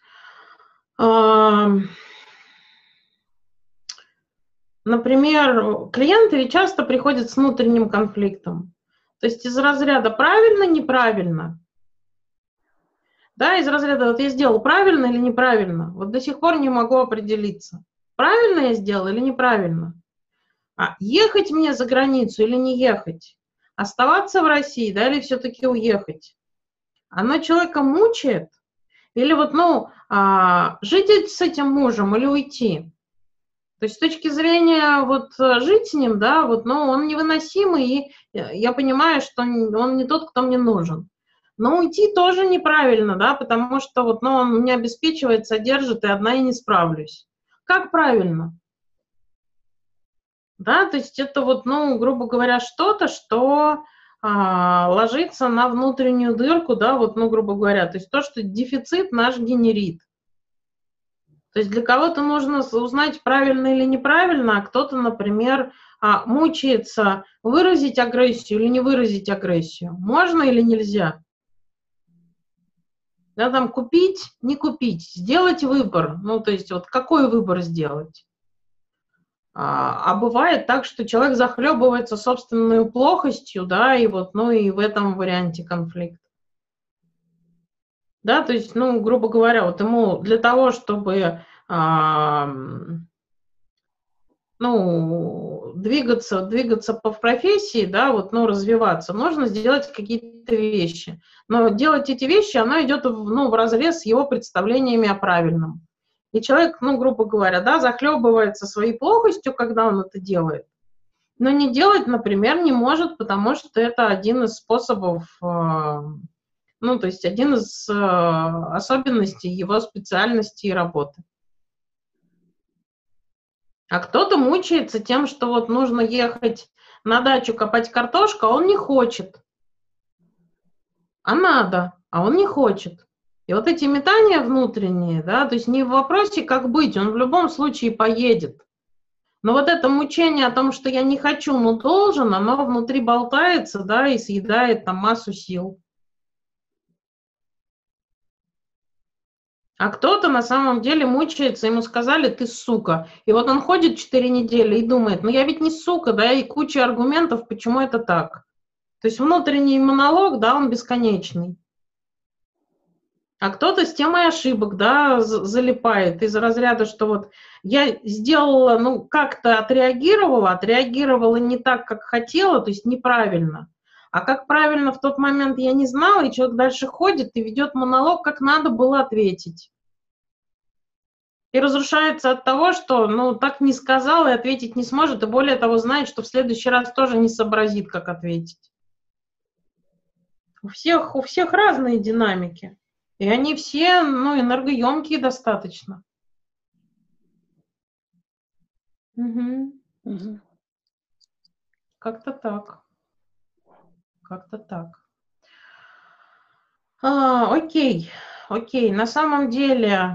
Например, клиенты ведь часто приходят с внутренним конфликтом. То есть из разряда правильно, неправильно. Да, из разряда я сделал правильно или неправильно. До сих пор не могу определиться. Правильно я сделал или неправильно. ехать мне за границу или не ехать? Оставаться в России, да, или все-таки уехать? Оно человека мучает? Или вот, жить с этим мужем или уйти? То есть с точки зрения вот жить с ним, да, вот, он невыносимый, и я понимаю, что он не тот, кто мне нужен. Но уйти тоже неправильно, да, потому что вот, он меня обеспечивает, содержит, и одна я не справлюсь. Как правильно? Да, то есть это вот, грубо говоря, что-то, что ложится на внутреннюю дырку, да, вот, грубо говоря, то есть то, что дефицит наш генерит. То есть для кого-то нужно узнать, правильно или неправильно, а кто-то, например, мучается выразить агрессию или не выразить агрессию. Можно или нельзя? Да, там купить, не купить, сделать выбор. То есть вот какой выбор сделать? А бывает так, что человек захлебывается собственной плохостью, да, и вот, и в этом варианте конфликт. Да, то есть, грубо говоря, вот ему для того, чтобы, двигаться по профессии, да, вот, развиваться, нужно сделать какие-то вещи. Но делать эти вещи, оно идет, вразрез с его представлениями о правильном. И человек, грубо говоря, да, захлебывается своей плохостью, когда он это делает. Но не делать, например, не может, потому что это один из способов, то есть один из особенностей его специальности и работы. А кто-то мучается тем, что вот нужно ехать на дачу копать картошку, а он не хочет. А надо, а он не хочет. И вот эти метания внутренние, да, то есть не в вопросе, как быть, он в любом случае поедет. Но вот это мучение о том, что я не хочу, но должен, оно внутри болтается, да, и съедает там массу сил. А кто-то на самом деле мучается, ему сказали, ты сука. И вот он ходит 4 недели и думает, я ведь не сука, да, и куча аргументов, почему это так. То есть внутренний монолог, да, он бесконечный. А кто-то с темой ошибок, да, залипает из разряда, что вот я сделала, как-то отреагировала не так, как хотела, то есть неправильно. А как правильно в тот момент я не знала, и человек дальше ходит и ведет монолог, как надо было ответить. И разрушается от того, что, так не сказал и ответить не сможет, и более того, знает, что в следующий раз тоже не сообразит, как ответить. У всех разные динамики. И они все, энергоемкие достаточно. Угу. Угу. Как-то так. Окей. На самом деле,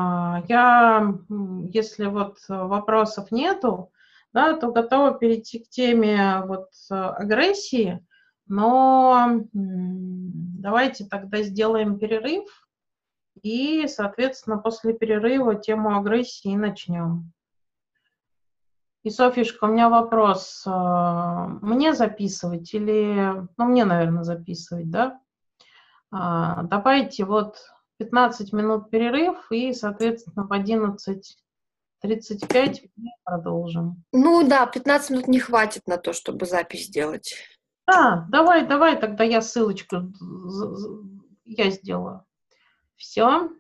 если вот вопросов нету, да, то готова перейти к теме вот агрессии, но давайте тогда сделаем перерыв и, соответственно, после перерыва тему агрессии начнем. И, Софьюшка, у меня вопрос. Мне записывать или... мне, наверное, записывать, да? Давайте вот 15 минут перерыв и, соответственно, в 11:35 мы продолжим. Да, 15 минут не хватит на то, чтобы запись сделать. Да, давай, тогда я ссылочку я сделаю. Все.